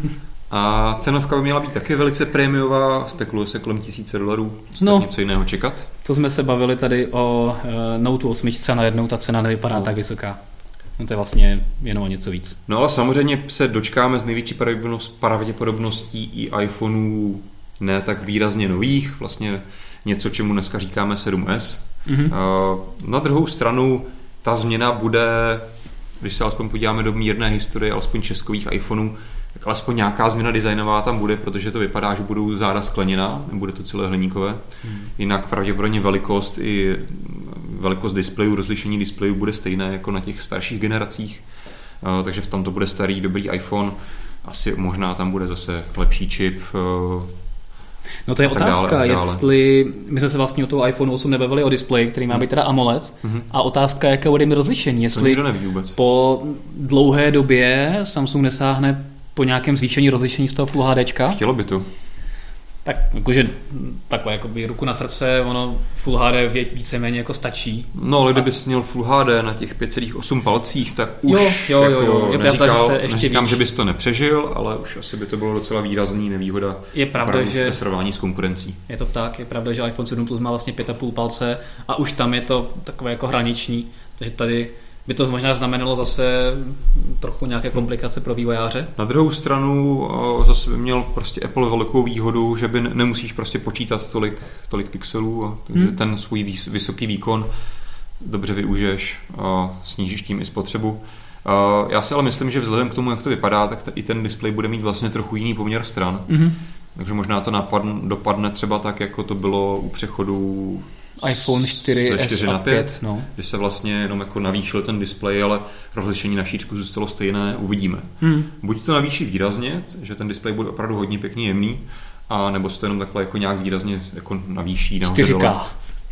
A cenovka by měla být taky velice prémiová, spekuluje se kolem tisíce dolarů, no, něco jiného čekat. To jsme se bavili tady o uh, Note osm a najednou ta cena nevypadá no. tak vysoká. No to je vlastně jenom o něco víc. No ale samozřejmě se dočkáme z největší pravděpodobností i iPhoneů ne tak výrazně nových, vlastně něco, čemu dneska říkáme sedm S. Mm-hmm. Na druhou stranu ta změna bude, když se alespoň podíváme do mírné historie alespoň českových iPhoneů, tak alespoň nějaká změna designová tam bude, protože to vypadá, že budou záda skleněná, nebude to celé hliníkové. Mm. Jinak pravděpodobně velikost i velikost displejů, rozlišení displejů bude stejné jako na těch starších generacích, takže v tom to bude starý, dobrý iPhone. Asi možná tam bude zase lepší čip. No to je otázka, dále, jestli my jsme se vlastně o toho iPhone osm nebavili o displeji, který má být teda AMOLED, mm-hmm. a otázka, jaké bude mít rozlišení, jestli po dlouhé době Samsung nesáhne po nějakém zvýšení rozlišení z toho Full HDčka. Chtělo by to. Tak jakože takhle, jakoby ruku na srdce, ono Full H D víceméně jako stačí. No, ale kdybys měl Full H D na těch pět celá osm palcích, tak už jo, jo, jo, jako jo. Je neříkal, pravda, že to neříkám, víc. že bys to nepřežil, ale už asi by to bylo docela výrazný nevýhoda. Je pravda, že v srovnání s konkurencí. Je to tak, je pravda, že iPhone sedm Plus má vlastně pět a půl palce a už tam je to takové jako hraniční, takže tady by to možná znamenalo zase trochu nějaké komplikace pro vývojáře. Na druhou stranu zase by měl prostě Apple velkou výhodu, že by nemusíš prostě počítat tolik, tolik pixelů, a takže hmm. ten svůj vysoký výkon dobře využiješ a snížíš tím i spotřebu. Já si ale myslím, že vzhledem k tomu, jak to vypadá, tak i ten displej bude mít vlastně trochu jiný poměr stran. Hmm. Takže možná to napadne, dopadne třeba tak, jako to bylo u přechodu iPhone čtyři S na pět, pět, no. Když se vlastně jenom jako navýšil ten displej, ale rozlišení na šířku zůstalo stejné, uvidíme. Hmm. Buď to navýší výrazně, že ten displej bude opravdu hodně pěkně jemný, a nebo se to jenom takhle jako nějak výrazně jako navýší. čtyři ká.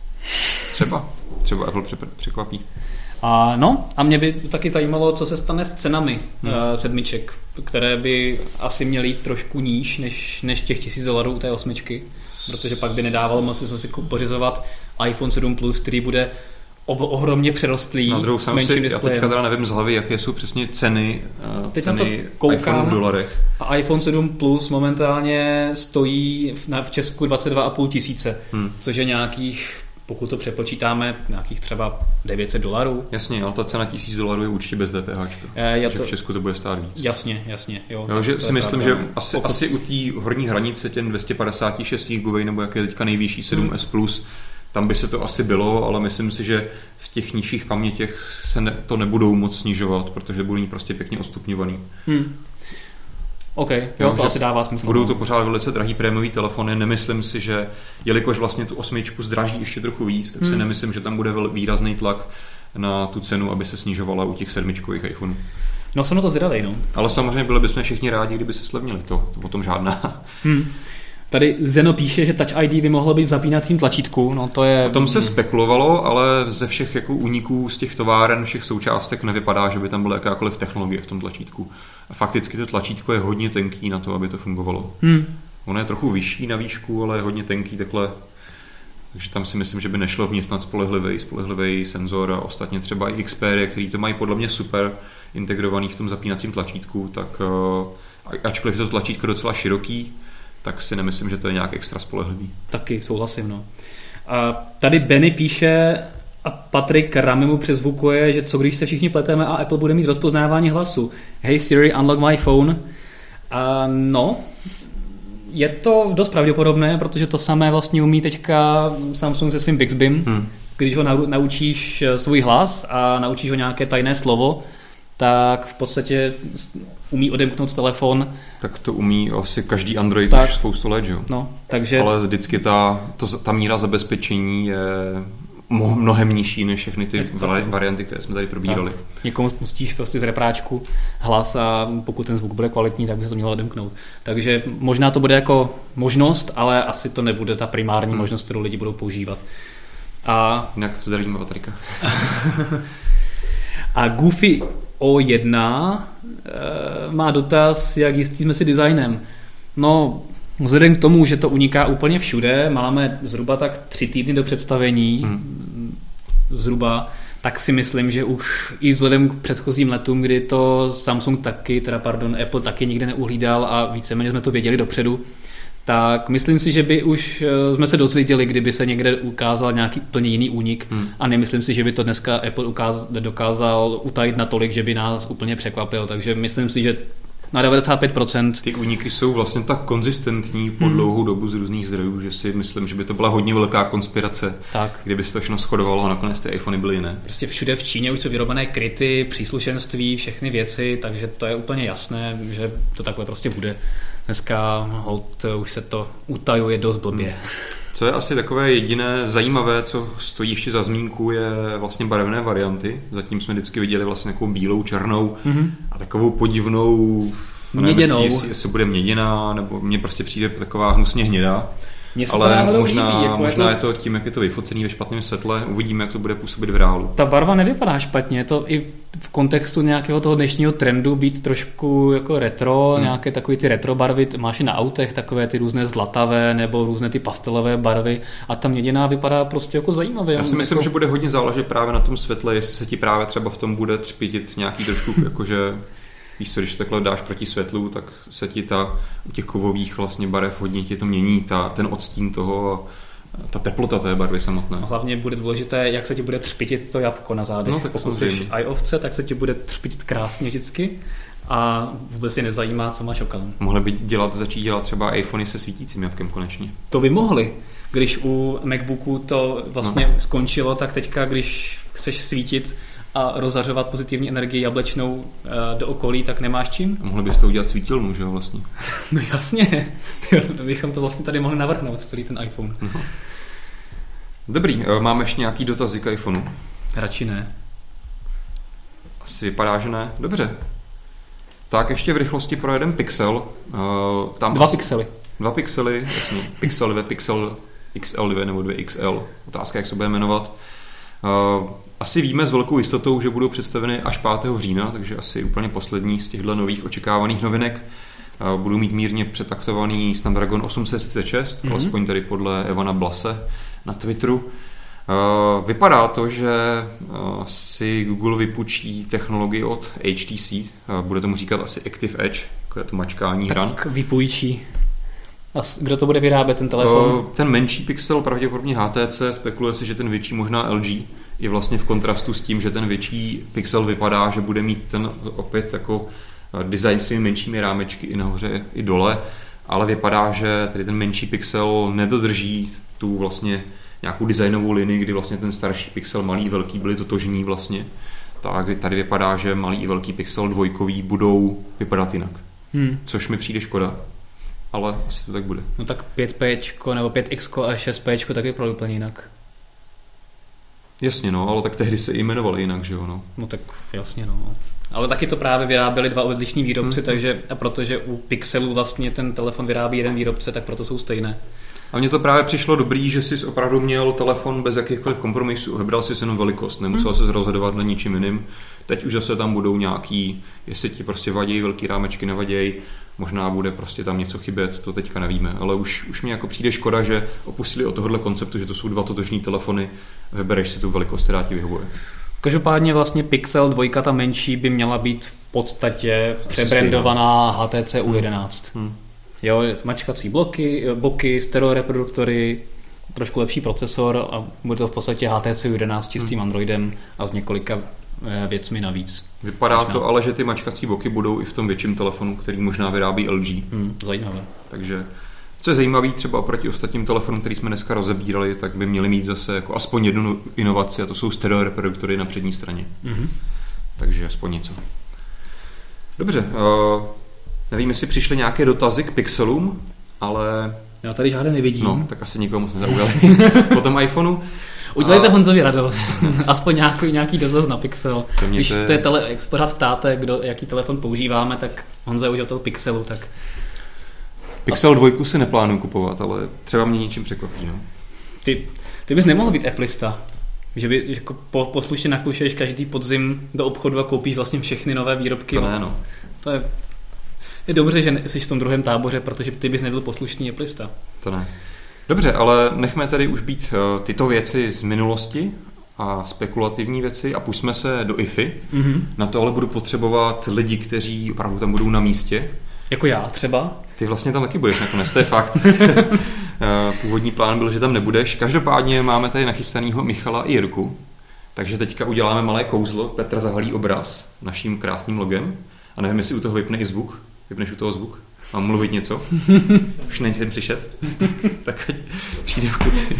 Třeba. Třeba Apple překvapí. A no, a mě by taky zajímalo, co se stane s cenami hmm. uh, sedmiček, které by asi měly jít trošku níž než, než těch tisíc dolarů u té osmičky, protože pak by nedávalo museli si pořizovat iPhone sedm Plus, který bude ob- ohromně přerostlý na druhou s menším displejem. Já teďka teda nevím z hlavy, jaké jsou přesně ceny, uh, Teď ceny iPhone v dolarech. A iPhone sedm Plus momentálně stojí v, na, v Česku dvacet dva a půl tisíce, hmm. což je nějakých, pokud to přepočítáme, nějakých třeba devět set dolarů. Jasně, ale ta cena tisíc dolarů je určitě bez D P H. E, takže v Česku to bude stát víc. Jasně, jasně. Jo, jo, že si myslím, pravda, že asi, pokud... asi u té horní hranice těm dvě stě padesát šest gigabajtů nebo jak je teďka nejvyšší sedm S Plus, tam by se to asi bylo, ale myslím si, že v těch nižších pamětěch se ne, to nebudou moc snižovat, protože budou mít prostě pěkně odstupňovaný. Hmm. OK, jo, jo, to asi dává smysl. Budou to pořád velice drahý prémiový telefony, nemyslím si, že jelikož vlastně tu osmičku zdraží ještě trochu víc, tak hmm. si nemyslím, že tam bude výrazný tlak na tu cenu, aby se snižovala u těch sedmičkových iPhoneů. No jsem na to zvědavej, no. Ale samozřejmě byli bychom všichni rádi, kdyby se slevnili, to, to o tom žádná. Hmm. Tady Zeno píše, že Touch I D by mohlo být v zapínacím tlačítku, no to je... O tom se spekulovalo, ale ze všech jako úniků z těch továren, všech součástek nevypadá, že by tam byla jakákoliv technologie v tom tlačítku. A fakticky to tlačítko je hodně tenký na to, aby to fungovalo. Hmm. Ono je trochu vyšší na výšku, ale je hodně tenký takhle. Takže tam si myslím, že by nešlo vměstnat spolehlivý, spolehlivý senzor a ostatně třeba i Xperia, který to mají podle mě super integrovaný v tom zapínacím tlačítku, tak ačkoliv je to tlačítko docela široký, tak si nemyslím, že to je nějak extra spolehlivý. Taky souhlasím, no. A tady Benny píše a Patrik Ramy mu přezvukuje, že co když se všichni pleteme a Apple bude mít rozpoznávání hlasu. Hey Siri, unlock my phone. A no, je to dost pravděpodobné, protože to samé vlastně umí teďka Samsung se svým Bixbym. Hmm. Když ho naučíš svůj hlas a naučíš ho nějaké tajné slovo, tak v podstatě umí odemknout telefon. Tak to umí asi každý Android tak, už spoustu let, jo? No, takže... Ale vždycky ta, to, ta míra zabezpečení je mnohem nižší než všechny ty varianty, které jsme tady probírali. Tak. Někomu spustíš prostě z repráčku hlas a pokud ten zvuk bude kvalitní, tak by se to mělo odemknout. Takže možná to bude jako možnost, ale asi to nebude ta primární hmm. možnost, kterou lidi budou používat. A jinak zdravíme baterka. A Goofy O jedna e, má dotaz, jak jistí jsme si designem. No, vzhledem k tomu, že to uniká úplně všude, máme zhruba tak tři týdny do představení, hmm. zhruba, tak si myslím, že už i vzhledem k předchozím letům, kdy to Samsung taky, teda pardon, Apple taky nikde neuhlídal a víceméně jsme to věděli dopředu, tak myslím si, že by už jsme se dozvěděli, kdyby se někde ukázal nějaký úplně jiný únik hmm. a nemyslím si, že by to dneska Apple ukáz, dokázal utajit natolik, že by nás úplně překvapil, takže myslím si, že na devadesát pět procent. Ty úniky jsou vlastně tak konzistentní po hmm. dlouhou dobu z různých zdrojů, že si myslím, že by to byla hodně velká konspirace, tak. Kdyby se to všechno shodovalo a nakonec ty iPhony byly jiné. Prostě všude v Číně už jsou vyrobené kryty, příslušenství, všechny věci, takže to je úplně jasné, že to takhle prostě bude. Dneska hold, už se to utajuje dost blbě. Hmm. Co je asi takové jediné zajímavé, co stojí ještě za zmínku, je vlastně barevné varianty. Zatím jsme vždycky viděli vlastně takovou bílou, černou mm-hmm. a takovou podivnou, měděnou. Nevím, jestli, jestli bude měděná, nebo mně prostě přijde taková hnusně hnědá. Ale možná, líbí, jako možná je, to... je to tím, jak je to vyfocený ve špatném světle. Uvidíme, jak to bude působit v reálu. Ta barva nevypadá špatně, je to i v kontextu nějakého toho dnešního trendu být trošku jako retro, hmm. nějaké takové ty retro barvy, máš i na autech takové ty různé zlatavé nebo různé ty pastelové barvy a ta měděná vypadá prostě jako zajímavě. Já si myslím, jako... že bude hodně záležet právě na tom světle, jestli se ti právě třeba v tom bude třpitit nějaký trošku jakože víš co, když takhle dáš proti světlu, tak se ti ta, u těch kovových vlastně barev hodně ti to mění, ta, ten odstín toho, ta teplota té barvy samotné. A hlavně bude důležité, jak se ti bude třpitit to jabko na zádech. No, tak pokud jsi iOvce, tak se ti bude třpitit krásně vždycky a vůbec je nezajímá, co máš okolo. Mohli by dělat, začít dělat třeba iPhony se svítícím jabkem konečně. To by mohli. Když u MacBooku to vlastně no. skončilo, tak teďka, když chceš svítit a rozzařovat pozitivní energii jablečnou uh, do okolí, tak nemáš čím? A mohli byste to udělat svítilnu, že jo, vlastně? No jasně, bychom to vlastně tady mohli navrhnout, celý ten iPhone. Uh-huh. Dobrý, máme ještě nějaký dotazy k iPhoneu? Radši ne. Asi vypadá, že ne. Dobře. Tak ještě v rychlosti projedem Pixel. Uh, tam dva asi... pixely. Dva pixely, jasně. Pixel dva, Pixel X L dva nebo dva X L. Otázka, jak se bude jmenovat. Uh, asi víme s velkou jistotou, že budou představeny až pátého října, takže asi úplně poslední z těchto nových očekávaných novinek. Uh, budou mít mírně přetaktovaný Snapdragon osm set třicet šest, mm-hmm. alespoň tady podle Evana Blase na Twitteru. Uh, vypadá to, že uh, si Google vypůjčí technologii od H T C, uh, bude tomu říkat asi Active Edge, jako je to mačkání hran. Tak vypůjčí. A kdo to bude vyrábět, ten telefon? Uh, ten menší Pixel, pravděpodobně H T C, spekuluje se, že ten větší možná L G, je vlastně v kontrastu s tím, že ten větší Pixel vypadá, že bude mít ten opět jako design s těmi menšími rámečky i nahoře, i dole, ale vypadá, že tady ten menší Pixel nedodrží tu vlastně nějakou designovou linii, kdy vlastně ten starší Pixel, malý i velký, byly totožní vlastně. Tak tady vypadá, že malý i velký Pixel dvojkový budou vypadat jinak. Hmm. Což mi přijde škoda. Ale asi to tak bude. No tak pět pé nebo pět X a šest pé tak vypadá úplně jinak. Jasně, no, ale tak tehdy se i jmenovali jinak, že jo, no. No tak jasně, no. Ale taky to právě vyráběli dva odlišní výrobci, hmm. takže a protože u Pixelu vlastně ten telefon vyrábí jeden výrobce, tak proto jsou stejné. A mně to právě přišlo dobrý, že jsi opravdu měl telefon bez jakýchkoliv kompromisů, vybral si jenom velikost, nemusel hmm. se rozhodovat na ničím jiným. Teď už zase tam budou nějaký, jestli ti prostě vadějí velký rámečky, nevadějí, možná bude prostě tam něco chybět, to teďka nevíme, ale už, už mi jako přijde škoda, že opustili od tohohle konceptu, že to jsou dva totožní telefony, vybereš si tu velikost, která ti vyhovuje. Každopádně vlastně Pixel dva, ta menší, by měla být v podstatě přebrandovaná H T C U jedenáct. Hmm. Jo, mačkací bloky, boky, stereo reproduktory, trošku lepší procesor a bude to v podstatě H T C U jedenáct s čistým hmm. Androidem a s několika věcmi navíc. Vypadá možná. To ale, že ty mačkací boky budou i v tom větším telefonu, který možná vyrábí L G. Hmm, zajímavé. Takže co je zajímavé třeba oproti ostatním telefonům, který jsme dneska rozebírali, tak by měli mít zase jako aspoň jednu inovaci a to jsou stereo reproduktory na přední straně. Mm-hmm. Takže aspoň něco. Dobře, uh, nevím, jestli přišly nějaké dotazy k Pixelům, ale... Já tady žádné nevidím. No, tak asi nikomu moc nezaujali po tom iPhoneu. Udělejte a... Honzovi radost. Aspoň nějaký, nějaký dozaz na Pixel. To Když to je tele, jak pořád ptáte, kdo, jaký telefon používáme, tak Honza je uživatel Pixelu, tak... Pixel dva si neplánuju kupovat, ale třeba mě něčím překvapí, no. Ty, ty bys nemohl být Applista. Že by jako po, poslušně nakoušeš každý podzim do obchodu a koupíš vlastně všechny nové výrobky. To ne, no. To je, je dobře, že jsi v tom druhém táboře, protože ty bys nebyl poslušný Applista. To ne. Dobře, ale nechme tady už být uh, tyto věci z minulosti a spekulativní věci a pusťme se do I F I. Mm-hmm. Na to ale budu potřebovat lidi, kteří opravdu tam budou na místě. Jako já třeba. Ty vlastně tam taky budeš nakonec, to je fakt. Původní plán byl, že tam nebudeš. Každopádně máme tady nachystanýho Michala i Jirku. Takže teďka uděláme malé kouzlo. Petr zahalí obraz naším krásným logem. A nevím, jestli u toho vypne i zvuk. Vypneš u toho zvuk? Mám mluvit něco? Už není sem přišet? Tak přijde v kuci.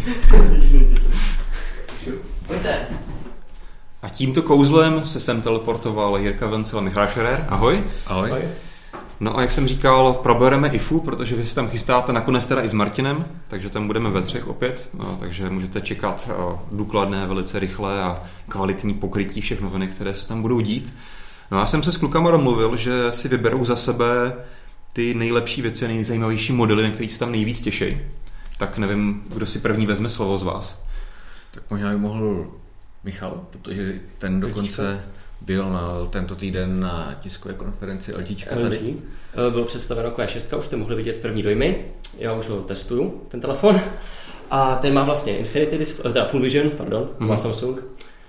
A tímto kouzlem se sem teleportoval Jirka Vencel a Michal Scherer. Ahoj. Ahoj. Ahoj. No a jak jsem říkal, probereme I F U, protože vy se tam chystáte nakonec teda i s Martinem, takže tam budeme ve třech opět, no, takže můžete čekat důkladné, velice rychlé a kvalitní pokrytí všech novinek, které se tam budou dít. No já jsem se s klukama domluvil, že si vyberou za sebe ty nejlepší věci a nejzajímavější modely, na kterých se tam nejvíc těší. Tak nevím, kdo si první vezme slovo z vás. Tak možná by mohl Michal, protože ten dokonce byl na tento týden na tiskové konferenci LGčka tady. Bylo představeno Q šest, už jste mohli vidět první dojmy. Já už ho testuju, ten telefon. A ten má vlastně Infinity Display, teda Full Vision, pardon, mm. má Samsung.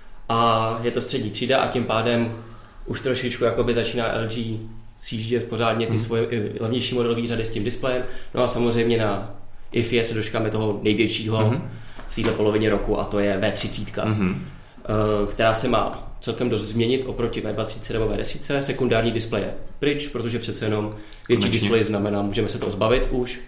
A je to střední třída a tím pádem už trošičku jakoby začíná L G sjíždět pořádně ty mm. svoje levnější modelové řady s tím displejem. No a samozřejmě na I F I se dočkáme toho největšího mm. v této polovině roku a to je V třicet, mm. která se má celkem dost změnit oproti V dvacet nebo V deset. Sekundární displej je pryč, protože přece jenom větší Konečně. displej znamená, můžeme se toho zbavit už.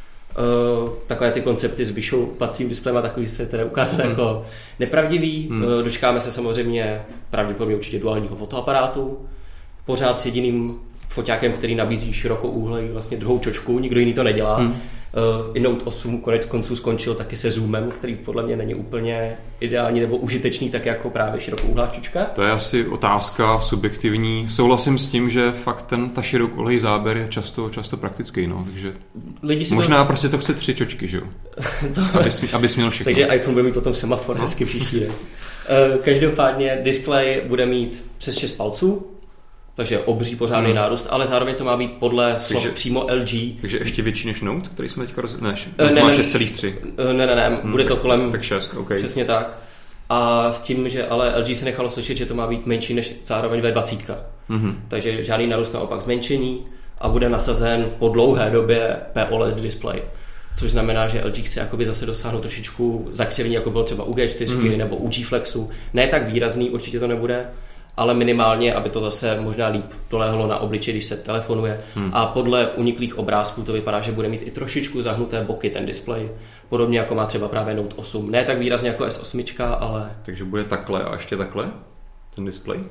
Uh, takové ty koncepty s vyšoupacím displejem a takový se tedy ukázaly mm. jako nepravdivý. Mm. Uh, dočkáme se samozřejmě pravděpodobně určitě duálního fotoaparátu. Pořád s jediným foťákem, který nabízí širokou úhlej, vlastně druhou čočku, nikdo jiný to nedělá. Mm. Uh, i Note osm konec konců skončil taky se zoomem, který podle mě není úplně ideální nebo užitečný, tak jako právě širokouhlá čočka. To je asi otázka subjektivní. Souhlasím s tím, že fakt ten ta širokouhlý záběr je často, často praktický, no. Takže možná to... prostě to chce tři čočky, že jo? to... abys, abys měl všechno. Takže iPhone bude mít potom semafor no. hezky příští den. Uh, každopádně displej bude mít přes šest palců, takže obří pořádný hmm. nárůst, ale zároveň to má být podle slov takže, přímo L G. Takže ještě větší než Note, který jsme teďka roz... Ne, ne, ne, má šest celá tři. Ne, ne, ne, bude to kolem... Tak, tak šest, okay. Přesně tak. A s tím, že ale L G se nechalo slyšet, že to má být menší než zároveň V dvacet. Mm-hmm. Takže žádný nárůst, naopak zmenšení a bude nasazen po dlouhé době P O L E D display. Což znamená, že L G chce jakoby zase dosáhnout trošičku zakřivení, jako bylo třeba u G čtyři mm. nebo u G Flexu. Ne tak výrazný, určitě to nebude, ale minimálně, aby to zase možná líp dolehlo na obličej, když se telefonuje. Hmm. A podle uniklých obrázků to vypadá, že bude mít i trošičku zahnuté boky ten displej. Podobně jako má třeba právě Note osm. Ne tak výrazně jako S osm, ale... Takže bude takhle a ještě takhle ten displej?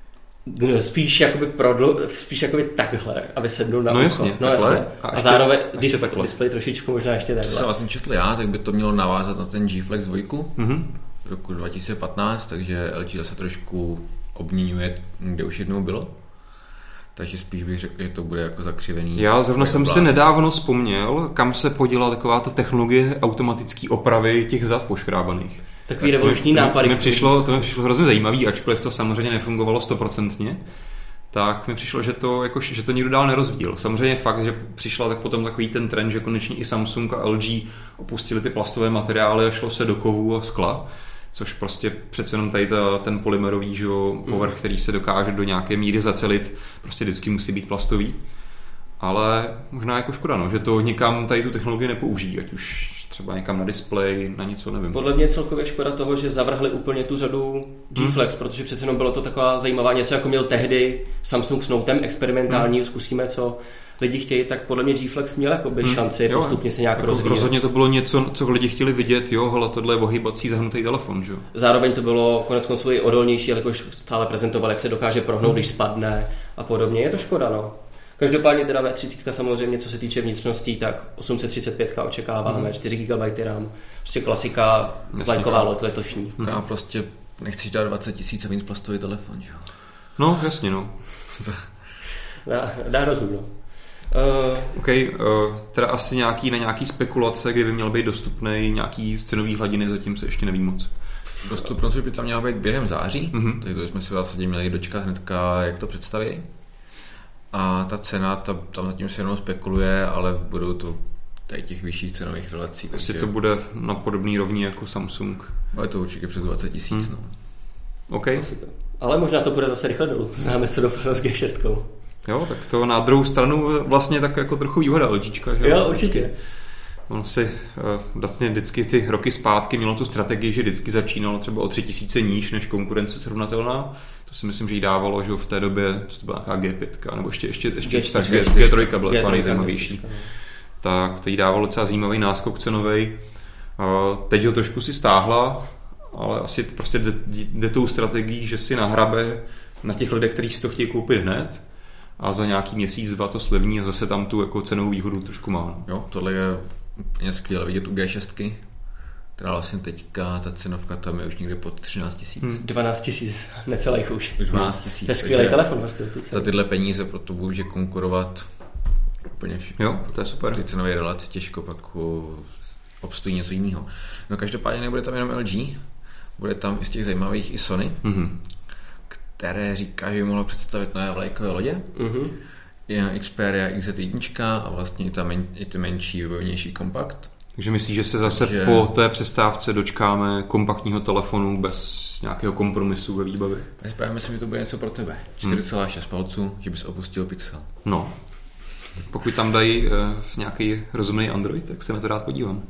Spíš jakoby, prodlu, spíš jakoby takhle, aby sednul na no ucho. Jasně, no takhle. jasně. A, a zároveň dis- displej trošičku možná ještě takhle. Co jsem vlastně četl já, tak by to mělo navázat na ten G Flex dva mm-hmm. roku dva tisíce patnáct, takže L G zase trošku obměňuje, kde už jednou bylo. Takže spíš bych řekl, že to bude jako zakřivený. Já zrovna jsem si nedávno vzpomněl, kam se podělala taková ta technologie automatické opravy těch zad poškrábaných. Takový revoluční nápady. Mi přišlo, to mi přišlo hrozně zajímavý, ačkoliv to samozřejmě nefungovalo stoprocentně. Tak mi přišlo, že to, jako, že to nikdo dál nerozvíjel. Samozřejmě fakt, že přišla tak potom takový ten trend, že konečně i Samsung a L G opustili ty plastové materiály a šlo se do kovů a skla. Což prostě přece jenom tady ta, ten polymerový že, povrch, který se dokáže do nějaké míry zacelit, prostě vždycky musí být plastový. Ale možná jako škoda, no, že to někam tady tu technologii nepoužijí, ať už třeba někam na displej, na něco, nevím. Podle mě celkově škoda toho, že zavrhli úplně tu řadu G Flex, hmm. protože přece jenom bylo to taková zajímavá něco, jako měl tehdy Samsung s Notem experimentální, hmm. zkusíme co lidi chtějí, tak podle mě G Flex měl jakoby hmm. šanci jo, postupně se nějak jako rozvíjet. Rozhodně to bylo něco, co lidi chtěli vidět, jo, hele, tohle je ohybací zahnutý telefon, že jo. Zároveň to bylo konec konců i odolnější, jelikož stále prezentoval, jak se dokáže prohnout, hmm. když spadne a podobně. Je to škoda, no. Každopádně teda V třicet samozřejmě, co se týče vnitřností, tak osm set třicet pět očekáváme, mm. čtyři gigabajty RAM, prostě klasika, vlajková loď letošní. Mm. A prostě nechceš dát dvacet tisíc a víc plastový telefon, že jo? No, jasně, no. dá, dá rozum, no. Uh, OK, uh, teda asi nějaký na nějaký spekulace, kdy by měl být dostupný nějaký scénový hladiny, zatím se ještě neví moc. Dostupnost by tam měla být během září, mm-hmm. takže to jsme si vlastně měli dočkat hnedka, jak to představí. A ta cena, ta, tam zatím se jenom spekuluje, ale budou to tady těch vyšších cenových relací. Asi to bude na podobný rovní jako Samsung. Ale to určitě přes dvacet tisíc, hmm. no. OK. Ale možná to bude zase rychle dolů. Známe, co dopadlo s G šest. Jo, tak to na druhou stranu vlastně tak jako trochu výhoda LGčka, že? Jo, určitě. Ono si vlastně vždycky ty roky zpátky mělo tu strategii, že vždycky začínalo třeba o tři tisíce níž než konkurence srovnatelná. To si myslím, že jí dávalo, že v té době, co to byla nějaká G pět, nebo ještě, ještě, ještě G tři byla taková nejzajímavější. Tak to jí dávalo docela zajímavý náskok cenovej. Teď ho trošku si stáhla, ale asi prostě jde, jde tou strategií, že si nahrabe na těch lidech, kteří si to chtějí koupit hned a za nějaký měsíc, dva to slevní a zase tam tu jako cenovou výhodu trošku má. Jo, tohle je úplně skvěle vidět u G šest, která vlastně teďka, ta cenovka tam je už někde pod třináct tisíc. Hmm. dvanáct tisíc, necelých už. dvanáct tisíc. To je skvělý telefon. Vlastně, za tyhle peníze proto může konkurovat úplně všechno. Jo, to je super. Ty cenové relace těžko pak obstojí něco jiného. No každopádně nebude tam jenom L G, bude tam i z těch zajímavých i Sony, mm-hmm. které říká, že by mohlo představit nové vlajkové lodě. Mm-hmm. Je Xperia X Z jedna a vlastně i, ta men, i ty menší, vybavnější kompakt. Takže myslíš, že se zase Takže... po té přestávce dočkáme kompaktního telefonu bez nějakého kompromisu ve výbavě? Já si právě myslím, že to bude něco pro tebe. čtyři celá šest hmm. palců, že bys opustil Pixel. No, pokud tam dají uh, nějaký rozumný Android, tak se na to rád podívám.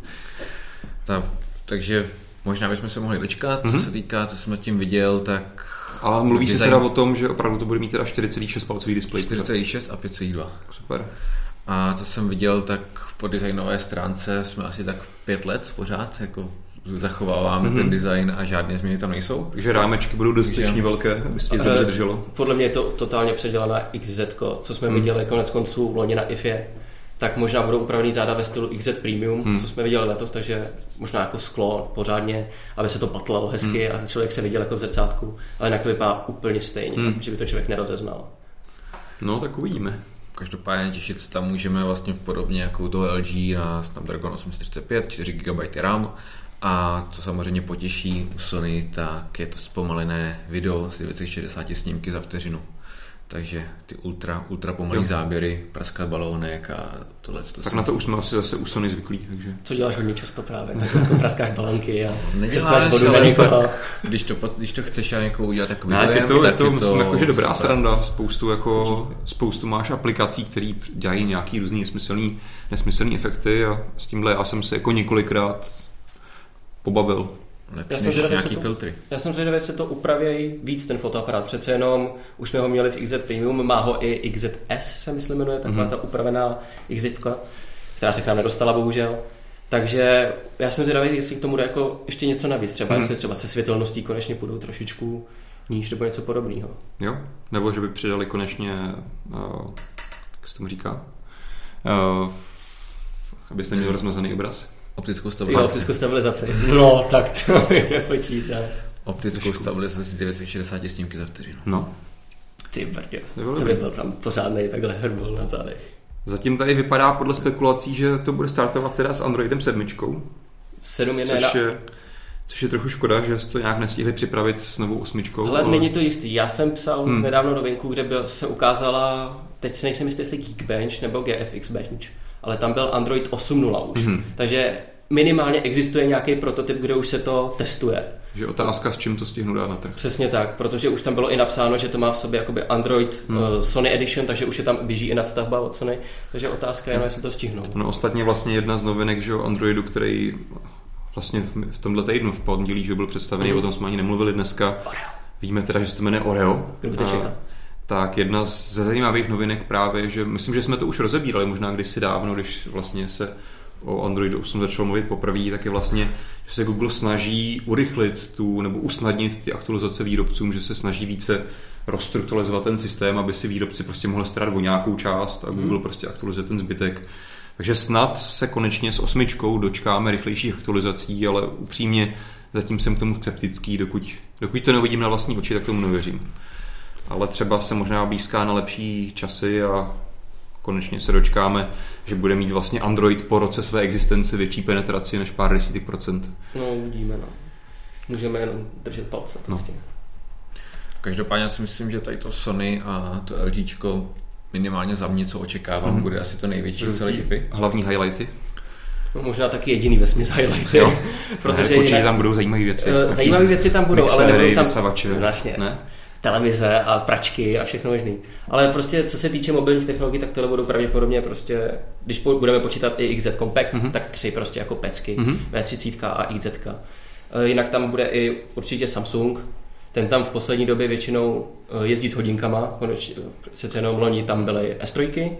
Ta, takže možná bychom se mohli dočkat, mm-hmm. co se týká, co jsem tím viděl, tak... Ale mluví design... se teda o tom, že opravdu to bude mít teda čtyři celá šest palcový displej. čtyři celá šest a pět celá dva. Super. A co jsem viděl, tak po designové stránce jsme asi tak pět let pořád jako zachováváme mm-hmm. ten design a žádné změny tam nejsou. Takže rámečky budou dostatečně velké, aby se to dobře drželo. Podle mě je to totálně předělané X Z, co jsme mm. viděli konec konců loni na I F E, tak možná budou upravený záda ve stylu X Z Premium, mm. co jsme viděli letos, takže možná jako sklo pořádně, aby se to patlalo hezky mm. a člověk se viděl jako v zrcátku, ale jinak to vypadá úplně stejně, mm. že by to člověk nerozeznal. No tak uvidíme. Každopádně těšit se tam můžeme vlastně podobně jako u toho L G na Snapdragon osm set třicet pět, čtyři gigabajty RAM a co samozřejmě potěší u Sony, tak je to zpomalené video s devět set šedesát snímky za vteřinu. Takže ty ultra, ultra pomalý jo. záběry, praskat balónek a tohle. To tak na to už jsme asi zase u Sony zvyklí. Takže... Co děláš hodně často právě? Tak jako praskáš balónky a neděláš, vodu na někoho. Když to, když to chceš a někoho udělat tak videem, je to, tak je to, je to myslím, jako, že dobrá sranda. Spoustu, jako, spoustu máš aplikací, které dělají nějaký různý nesmyslný, nesmyslný efekty a s tímhle já jsem se jako několikrát pobavil. Lepší než nějaký to, filtry. Já jsem zvědavý, že se to upraví víc ten fotoaparát. Přece jenom už jsme ho měli v X Z Premium, má ho i X Z S, se myslím jmenuje, taková mm-hmm. ta upravená X Z, která se k nám nedostala bohužel. Takže já jsem zvědavý, jestli k tomu jde jako ještě něco navíc. Třeba mm-hmm. jestli třeba se světelností konečně půjdou trošičku níž nebo něco podobného. Jo, nebo že by přidali konečně, uh, jak se tomu říká, uh, abyste měli rozmazaný obraz. Optickou stabilizaci. Jo, optickou stabilizaci. No, tak to mi nepočítá. Optickou stabilizaci s devět set šedesát snímky za vteřinu. No. Ty brdě. To by byl tam pořádnej takhle herbol na zádech. Zatím tady vypadá podle spekulací, že to bude startovat teda s Androidem sedm. sedm je což je, což je trochu škoda, že to nějak nestihli připravit s novou osmičkou. Ale, ale... není to jistý. Já jsem psal hmm. nedávno novinku, kde byl, se ukázala, teď si nejsem jistý, jestli Geekbench nebo G F X Bench, ale tam byl Android osm tečka nula už. Mm-hmm. Takže minimálně existuje nějaký prototyp, kde už se to testuje. Že otázka, s čím to stihnu dát na trh. Přesně tak, protože už tam bylo i napsáno, že to má v sobě jakoby Android hmm. uh, Sony Edition, takže už je tam běží i nadstavba od Sony, takže otázka je, hmm. jestli to stihnou. No ostatně vlastně jedna z novinek, že o Androidu, který vlastně v, v tomhle týdnu v pondělí, že byl představený, hmm. o tom jsme ani nemluvili dneska. Oreo. Víme teda, že se to jmenuje Oreo. Kdo by to čekal? Tak jedna z zajímavých novinek právě, že myslím, že jsme to už rozebírali možná kdysi dávno, když vlastně se o Androidu osm začalo mluvit poprvé, tak je vlastně, že se Google snaží urychlit tu, nebo usnadnit ty aktualizace výrobcům, že se snaží více rozstrukturalizovat ten systém, aby si výrobci prostě mohli starat o nějakou část a Google mm. prostě aktualizuje ten zbytek. Takže snad se konečně s osmičkou dočkáme rychlejších aktualizací, ale upřímně zatím jsem k tomu skeptický, dokud, dokud to neuvidím na vlastní oči, tak tomu nevěřím. Ale třeba se možná blízká na lepší časy a konečně se dočkáme, že bude mít vlastně Android po roce své existence větší penetraci než pár desítek procent. No, uvidíme, no. Můžeme jenom držet palce. Prostě. No. Každopádně si myslím, že tady to Sony a to LGčko minimálně za mě, co očekávám, mm. bude asi to největší z celé I F I. Hlavní highlighty? No, možná taky jediný vesměs highlighty. Jo. Protože ne, určitě tam budou zajímavé věci. Zajímavé věci tam budou, mixéry, ale nebudou tam vysavače, vlastně, ne? televize a pračky a všechno možný. Ale prostě co se týče mobilních technologií, tak tohle budou pravděpodobně prostě, když budeme počítat i X Z Compact, mm-hmm. tak tři prostě jako pecky, mm-hmm. V třicet a X Z. Jinak tam bude i určitě Samsung. Ten tam v poslední době většinou jezdí s hodinkama, konečně, přece jenom loni tam byly S tři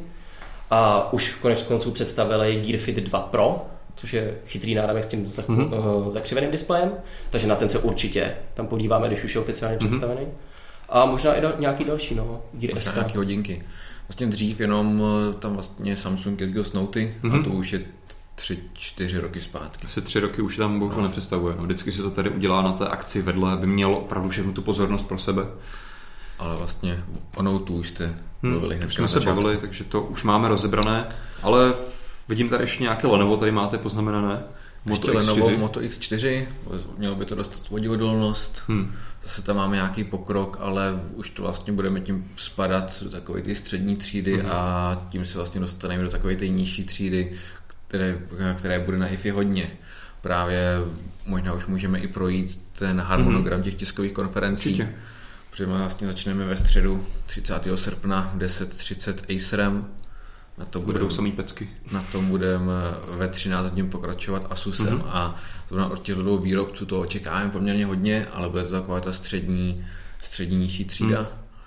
a už konec konců představili Gear Fit dva Pro, což je chytrý náramek s tím mm-hmm. zakřiveným displejem, takže na ten se určitě tam podíváme, když už je oficiálně mm-hmm. představený. A možná i dal, nějaký další, no, Gear S. Nějaký hodinky. Vlastně dřív jenom tam vlastně Samsung jezdil s Noty mm-hmm. a to už je tři, čtyři roky zpátky. Asi tři roky už tam bohužel no. nepředstavuje. No, vždycky se to tady udělá na té akci vedle, aby měl opravdu všechnu tu pozornost pro sebe. Ale vlastně o Note už jste mluvili hned. Hmm, jsme se bavili, takže to už máme rozebrané, ale vidím tady ještě nějaké Lenovo, tady máte poznamenané. Moto ještě Lenovo Moto X čtyři, mělo by to dostat voděodolnost, hmm. zase tam máme nějaký pokrok, ale už to vlastně budeme tím spadat do takové ty střední třídy hmm. a tím se vlastně dostaneme do takové té nižší třídy, které, které bude na I F I hodně. Právě možná už můžeme i projít ten harmonogram těch tiskových konferencí. Určitě. Protože vlastně začneme ve středu třicátého srpna v deset třicet Acerem. Na to budou samý pecky. Na tom budeme ve třináct hodin pokračovat Asusem mm-hmm. a zrovna od těch dvou výrobců to očekáváme poměrně hodně, ale bude to taková ta střední, střední nižší třída. Mm.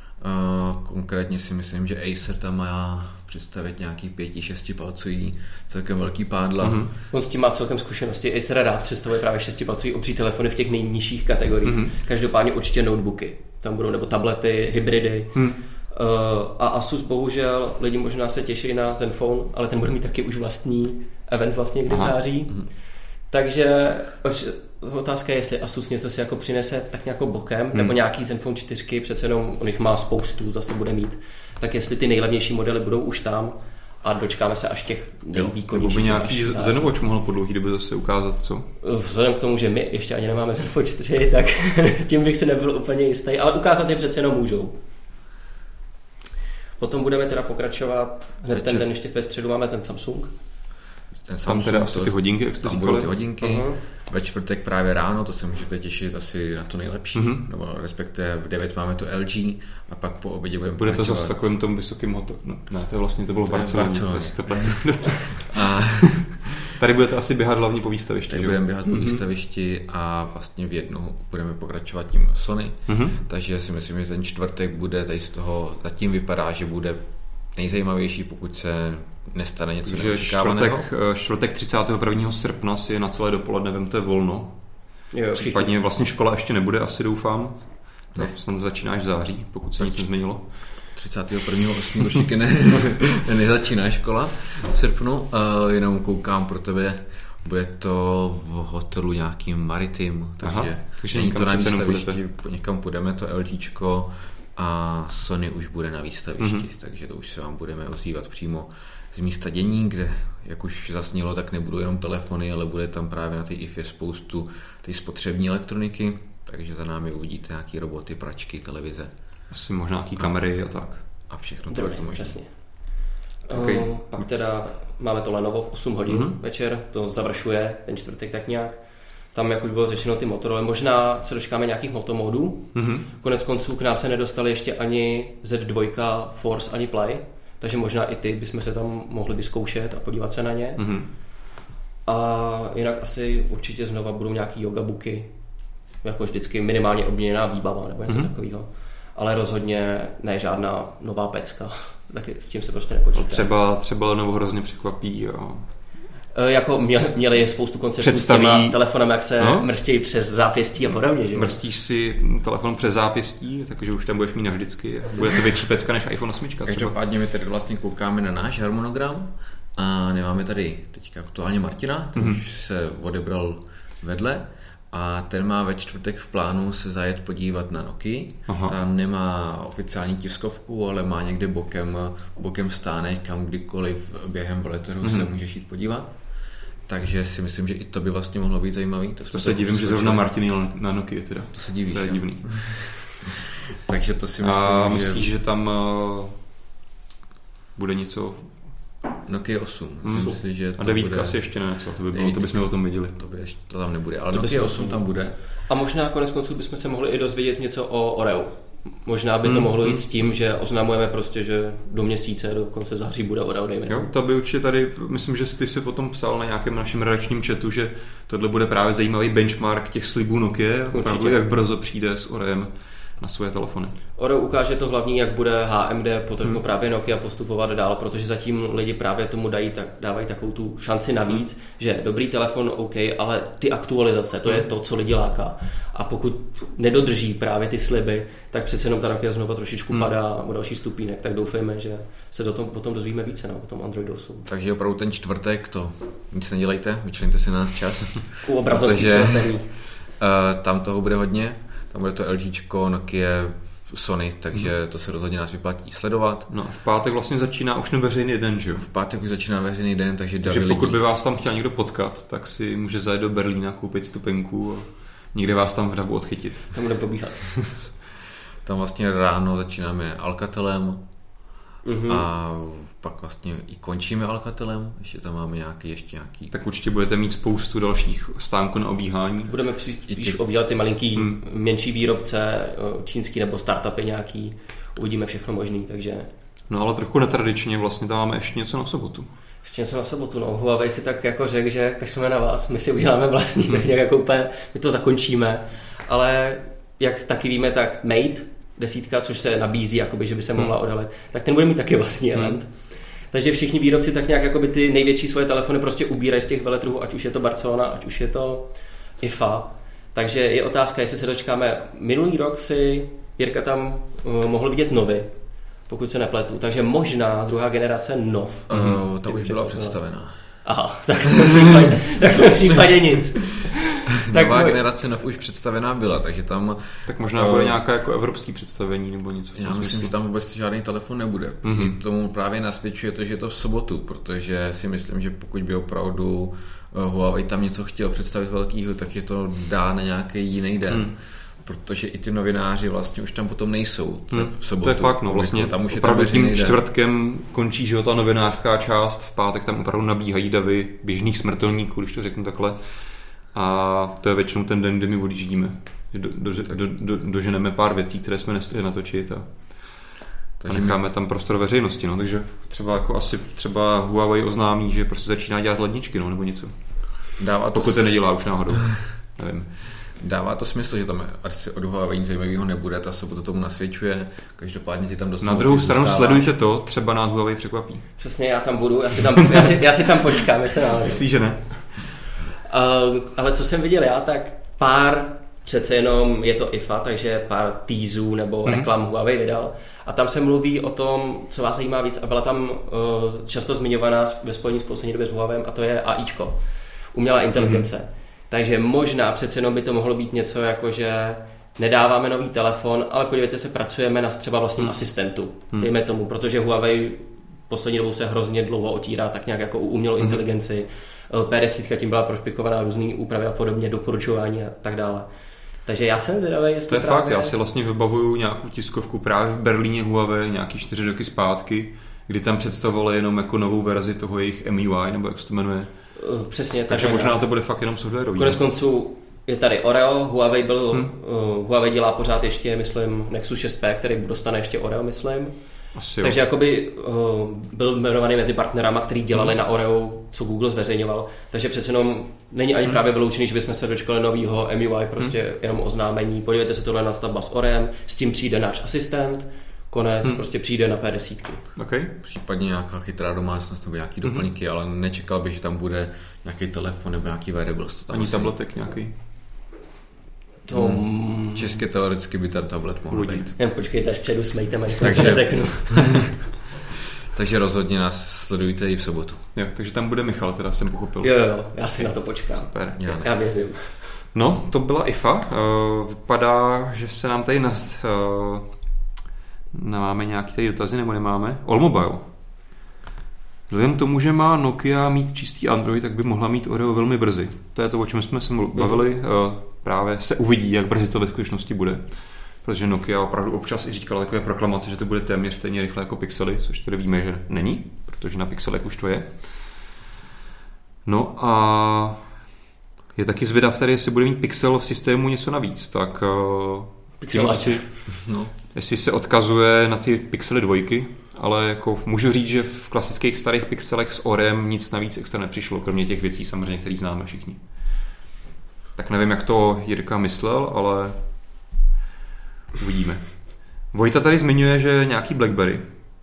Uh, konkrétně si myslím, že Acer tam má představit nějaký pěti, šesti palcový celkem velký pádla. Mm-hmm. On s tím má celkem zkušenosti. Acer rád představuje právě šestipalcový obří telefony v těch nejnižších kategoriích. Mm-hmm. Každopádně určitě notebooky. Tam budou nebo tablety, hybridy. Mm. Uh, a Asus bohužel, lidi možná se těší na Zenfone, ale ten bude mít taky už vlastní event vlastně kdy v září. Mm-hmm. Takže otázka je, jestli Asus něco si jako přinese tak nějakou bokem, hmm. nebo nějaký Zenfone čtyři, přece jenom on jich má spoustu, zase bude mít, tak jestli ty nejlevnější modely budou už tam a dočkáme se až těch nejvýkonnějších. Nebo by nějaký Zenovoč mohl po dlouhý doby zase ukázat, co? Vzhledem k tomu, že my ještě ani nemáme Zenfone čtyři, tak tím bych si nebyl úplně jistý, ale ukázat je přece jenom můžou. Potom budeme teda pokračovat, hned ten den ještě ve středu máme ten Samsung. Ten Samsung, tam teda asi ty hodinky, jak jste tam říkali. Budou ty hodinky. Uh-huh. Ve čtvrtek právě ráno, to se můžete těšit asi na to nejlepší, uh-huh. nebo respektive v devět máme to L G a pak po obědě budeme Bude to zase takovým tom vysokým hotel. No, ne, to je vlastně, to bylo v Barceloně. A tady budete asi běhat hlavně po výstavišti. Tady budeme běhat uh-huh. po výstavišti a vlastně v jednu budeme pokračovat tím Sony, uh-huh. takže si myslím, že ten čtvrtek bude tady z toho, zatím vypadá, že bude nejzajímavější, pokud se nestane něco neočekávaného. Čtvrtek, čtvrtek třicátého prvního srpna si na celé dopoledne vemte volno. Jo, případně vlastně škola ještě nebude, asi doufám. Ne. Snad začínáš v září, pokud se nic nezměnilo. třicátého prvního osmého určitě ne, nezačíná škola v srpnu. Uh, jenom koukám pro tebe, bude to v hotelu nějakým Maritim, takže, Aha, takže není to na výstavišti, někam půjdeme, to LGčko a Sony už bude na výstavišti, mm-hmm. takže to už se vám budeme ozývat přímo z místa dění, kde, jak už zaznělo, tak nebudou jenom telefony, ale bude tam právě na té I F I spoustu té spotřební elektroniky, takže za námi uvidíte nějaký roboty, pračky, televize. Asi možná nějaký kamery a tak. A všechno to, to možná. Okay. Uh, pak teda máme to Lenovo v osm hodin mm-hmm. večer, to završuje ten čtvrtek tak nějak. Tam, jak už bylo řečeno, ty Motorola, možná se dočkáme nějakých motomodů. Mm-hmm. Konec konců k nám se nedostali ještě ani Z dva, Force, ani Play, takže možná i ty bychom se tam mohli vyzkoušet a podívat se na ně. Mm-hmm. A jinak asi určitě znova budou nějaký yogabuky, jako vždycky minimálně obměněná výbava nebo něco mm-hmm. takového. Ale rozhodně ne žádná nová pecka, taky s tím se prostě nepočítá. Třeba, třeba Lenovo hrozně překvapí. Jo. Jako měli spoustu konceptů Představí... s těma telefonami, jak se no? mrštějí přes zápěstí a podobně. Že? Mrstíš si telefon přes zápěstí, takže už tam budeš mít navždycky. Bude to větší pecka než iPhone osm. Každopádně my tady vlastně koukáme na náš harmonogram a nemáme tady teďka aktuálně Martina, ten mm-hmm. už se odebral vedle a ten má ve čtvrtek v plánu se zajet podívat na Nokia. Aha. Ta nemá oficiální tiskovku, ale má někde bokem, bokem stánek, kam kdykoliv během veletrhu mm-hmm. se můžeš jít podívat. Takže si myslím, že i to by vlastně mohlo být zajímavý. To, to se divím, že zrovna Martin jel na Nokia teda. To se divíš, to je jo. divný. Takže to si myslím, a že... myslíš, že tam uh, bude něco... Nokia osm. Hmm. Myslím, že a devítka bude... asi ještě ne, co? To by bylo, to bychom o tom viděli. To, by ještě, to tam nebude, ale to Nokia osm tam bude. A možná konec konců bychom se mohli i dozvědět něco o Oreo. Možná by to hmm. mohlo jít s tím, že oznamujeme prostě, že do měsíce, do konce září bude Oreo, dejme. Jo, to by určitě tady, myslím, že ty si potom psal na nějakém našem redakčním chatu, že tohle bude právě zajímavý benchmark těch slibů Nokia, opravdu, jak brzo přijde s Oreem na svoje telefony. Oreo ukáže to hlavní, jak bude H M D, potažmo hmm. právě Nokia postupovat dál, protože zatím lidi právě tomu dají, tak, dávají takovou tu šanci navíc, hmm. že dobrý telefon, OK, ale ty aktualizace, to hmm. je to, co lidi láká. A pokud nedodrží právě ty sliby, tak přece jenom ta Nokia znovu trošičku hmm. padá o další stupínek, tak doufejme, že se do tom potom dozvíme více, no, o tom Androidu osm. Takže opravdu ten čtvrtek to nic nedělejte, vyčleňte si na nás čas. U obrazovky uh, tam toho bude hodně. Tam bude to LGčko, Nokia, Sony, takže hmm. to se rozhodně nás vyplatí sledovat. No a v pátek vlastně začíná už neveřejný den, že jo? V pátek už začíná veřejný den, takže Takže pokud lidí. by vás tam chtěl někdo potkat, tak si může zajet do Berlína, koupit stupenku a někde vás tam v davu odchytit. Tam bude pobíhat. Tam vlastně ráno začínáme Alcatelem mm-hmm. a pak vlastně i končíme Alcatelem, ještě tam máme nějaký, ještě nějaký... Tak určitě budete mít spoustu dalších stánků na obíhání. Budeme spíš obíhat ty malinký, hmm. menší výrobce, čínský nebo startupy nějaký, uvidíme všechno možný, takže... No ale trochu netradičně vlastně tam máme ještě něco na sobotu. Ještě něco na sobotu, no. Huawei si tak jako řekl, že kašleme na vás, my si uděláme vlastní, hmm. nějak jako úplně, my to zakončíme, ale jak taky víme, tak Mate desítka, což se nabízí, jakoby, že by se mohla odalit, tak ten bude mít taky vlastní event. Hmm. Takže všichni výrobci tak nějak jakoby ty největší svoje telefony prostě ubírají z těch veletrhů, ať už je to Barcelona, ať už je to I F A. Takže je otázka, jestli se dočkáme. Minulý rok si Jirka tam uh, mohl vidět Novy, pokud se nepletu. Takže možná druhá generace Nov. Uh, to už byla představená. Aha, tak v tom případě, tak v tom případě nic. Tak nová můj... generace Nov už představená byla, takže tam... Tak možná uh, bude nějaké jako evropské představení nebo něco. Já myslím, smyslu. Že tam vůbec žádný telefon nebude. Mm-hmm. I tomu právě nasvědčuje to, že je to v sobotu, protože si myslím, že pokud by opravdu Huawei tam něco chtěl představit velkýho, tak je to dá na nějaký jiný den. Mm. Protože i ty novináři vlastně už tam potom nejsou hmm, v sobotu. To je fakt, no vlastně tam už je opravdu tím čtvrtkem končí, že ta novinářská část, v pátek tam opravdu nabíhají davy běžných smrtelníků, když to řeknu takhle. A to je většinou ten den, kdy my odjíždíme. Do, do, do, do, doženeme pár věcí, které jsme nestihli natočit a, takže a necháme my... tam prostor veřejnosti. No. Takže třeba jako asi třeba Huawei oznámí, že prostě začíná dělat ledničky, no, nebo něco. Dává to Pokud to nedělá už náhodou. Nevím. Dává to smysl, že tam asi od Huawei nic zajímavého nebude, ta sobota tomu nasvědčuje, každopádně ty tam dostanou. Na druhou stranu dostáváš. Sledujte to, třeba nás Huawei překvapí. Přesně, já tam budu, já si tam, já si, já si tam počkám, jestli náhodou. Myslíš, že ne? Uh, ale co jsem viděl já, tak pár, přece jenom je to I F A, takže pár teasů nebo mm-hmm. reklam Huawei vydal. A tam se mluví o tom, co vás zajímá víc, a byla tam uh, často zmiňovaná ve spojení s poslední době s Huawei, a to je AIčko, umělá inteligence. Mm-hmm. Takže možná přece jenom by to mohlo být něco jako, že nedáváme nový telefon, ale podívejte se, pracujeme na třeba vlastním hmm. asistentu. Hmm. Dejme tomu, protože Huawei poslední dobou se hrozně dlouho otírá tak nějak jako umělou hmm. inteligenci. P deset tím byla prošpikovaná různý úpravy a podobně, doporučování a tak dále. Takže já jsem zvědavý, jestli to je právě... fakt, já si vlastně vybavuju nějakou tiskovku právě v Berlíně Huawei nějaký čtyři roky zpátky, kdy tam představovali jenom jako novou verzi toho jejich M U I, nebo jak se to jmenuje. Přesně, takže tak možná to bude fakt jenom softwarový. Konec konců je tady Oreo, Huawei byl, hmm. uh, Huawei dělá pořád ještě, myslím, Nexus šest P, který dostane ještě Oreo, myslím. Asi takže jakoby uh, byl jmenovaný mezi partnerama, který dělali hmm. na Oreo, co Google zveřejňoval. Takže přece jenom není ani hmm. právě vyloučený, že bychom se dočkali novýho M U I, prostě hmm. jenom oznámení. Podívejte se, tohle nastavba s Orem, s tím přijde náš asistent. konec, hmm. prostě přijde na P deset. Okay. Případně nějaká chytrá domácnost nebo nějaký doplňky, mm-hmm. ale nečekal bych, že tam bude nějaký telefon nebo nějaký wearables. Ani asi... tabletek nějaký? To... Hmm. Česky teoreticky by ten tablet mohl Budí. být. Jen počkejte, až předu smejtem, ani to takže... neřeknu. Takže rozhodně nás sledujte i v sobotu. Jo, takže tam bude Michal, teda jsem pochopil. Jo, jo, já si na to počkám. Super. Já, já věřím. No, to byla I F A. Uh, vypadá, že se nám tady nas... Uh, máme nějaký tady dotazy, nebo nemáme? Allmobile. Vzhledem k tomu, že má Nokia mít čistý Android, tak by mohla mít Oreo velmi brzy. To je to, o čem jsme se bavili. Uh, právě se uvidí, jak brzy to ve skutečnosti bude. Protože Nokia opravdu občas i říkala takové proklamace, že to bude téměř stejně rychle jako Pixely, což tedy víme, že není, protože na Pixelech už to je. No a je taky zvědav tady, jestli bude mít Pixel v systému něco navíc, tak Pixel asi, no, jestli se odkazuje na ty Pixely dvojky, ale jako můžu říct, že v klasických starých Pixelech s Orem nic navíc extra nepřišlo, kromě těch věcí samozřejmě, které známe všichni. Tak nevím, jak to Jirka myslel, ale uvidíme. Vojta tady zmiňuje, že nějaký BlackBerry.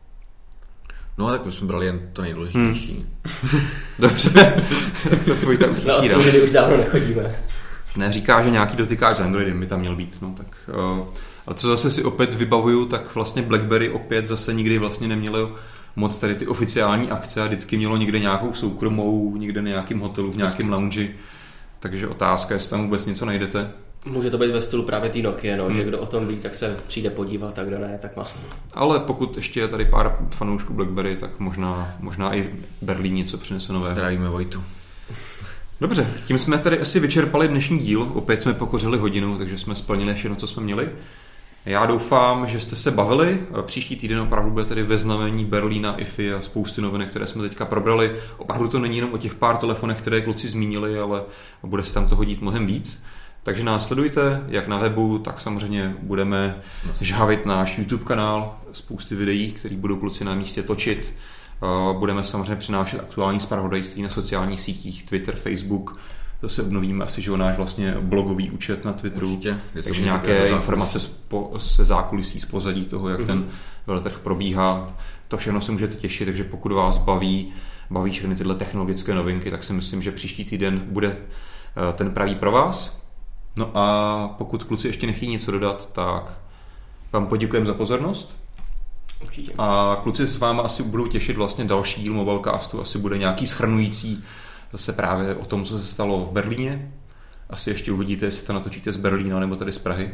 No tak už jsme brali jen to nejdůležitější. Hmm. Dobře. Tak to Vojta uslyší. Na ostrově už dávno nechodíme. Ne, říká, že nějaký dotykáč s Androidem by tam měl být. No, tak, uh, a co zase si opět vybavuju, tak vlastně BlackBerry opět zase nikdy vlastně nemělo moc tady ty oficiální akce a vždycky mělo někde nějakou soukromou, někde na nějakém hotelu, v nějakém lounge. Takže otázka, jestli tam vůbec něco najdete. Může to být ve stylu právě té Nokia, no, hmm. že kdo o tom ví, tak se přijde podívat, a kdo ne, tak má. Ale pokud ještě je tady pár fanoušků BlackBerry, tak možná, možná i Berlín něco přinese nového. Zdravíme Vojtu. Dobře, tím jsme tady asi vyčerpali dnešní díl, opět jsme pokořili hodinu, takže jsme splnili všechno, co jsme měli. Já doufám, že jste se bavili. Příští týden opravdu bude tady ve znamení Berlína, I F I a spousty novinek, které jsme teďka probrali. Opravdu to není jenom o těch pár telefonech, které kluci zmínili, ale bude se tam toho dít mnohem víc. Takže nás sledujte, jak na webu, tak samozřejmě budeme žhavit náš YouTube kanál, spousty videí, které budou kluci na místě točit. Budeme samozřejmě přinášet aktuální zpravodajství na sociálních sítích, Twitter, Facebook. Zase obnovíme asi, že náš vlastně blogový účet na Twitteru. Určitě, takže nějaké informace se zákulisí, z pozadí toho, jak mm-hmm. ten veletrh probíhá. To všechno se můžete těšit, takže pokud vás baví, baví všechny tyhle technologické novinky, tak si myslím, že příští týden bude ten pravý pro vás. No a pokud kluci ještě nechtějí něco dodat, tak vám poděkujeme za pozornost. Určitě. A kluci s vámi asi budou těšit vlastně další díl Mobilecastu, asi bude nějaký shrnující zase právě o tom, co se stalo v Berlíně. Asi ještě uvidíte, jestli to natočíte z Berlína nebo tady z Prahy.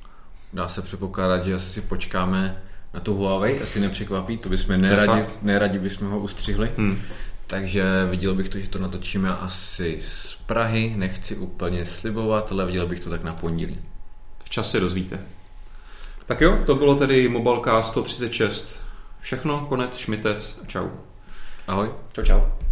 Dá se předpokládat, že asi si počkáme na tu Huawei, asi nepřekvapí, to bychom neradi, neradi bychom ho ustřihli. Hmm. Takže viděl bych to, že to natočíme asi z Prahy, nechci úplně slibovat, ale viděl bych to tak na pondělí. Včas se dozvíte. Tak jo, to bylo tedy Mobilecast sto třicet šest. Všechno, konec, šmitec a čau. Ahoj. Čau, čau.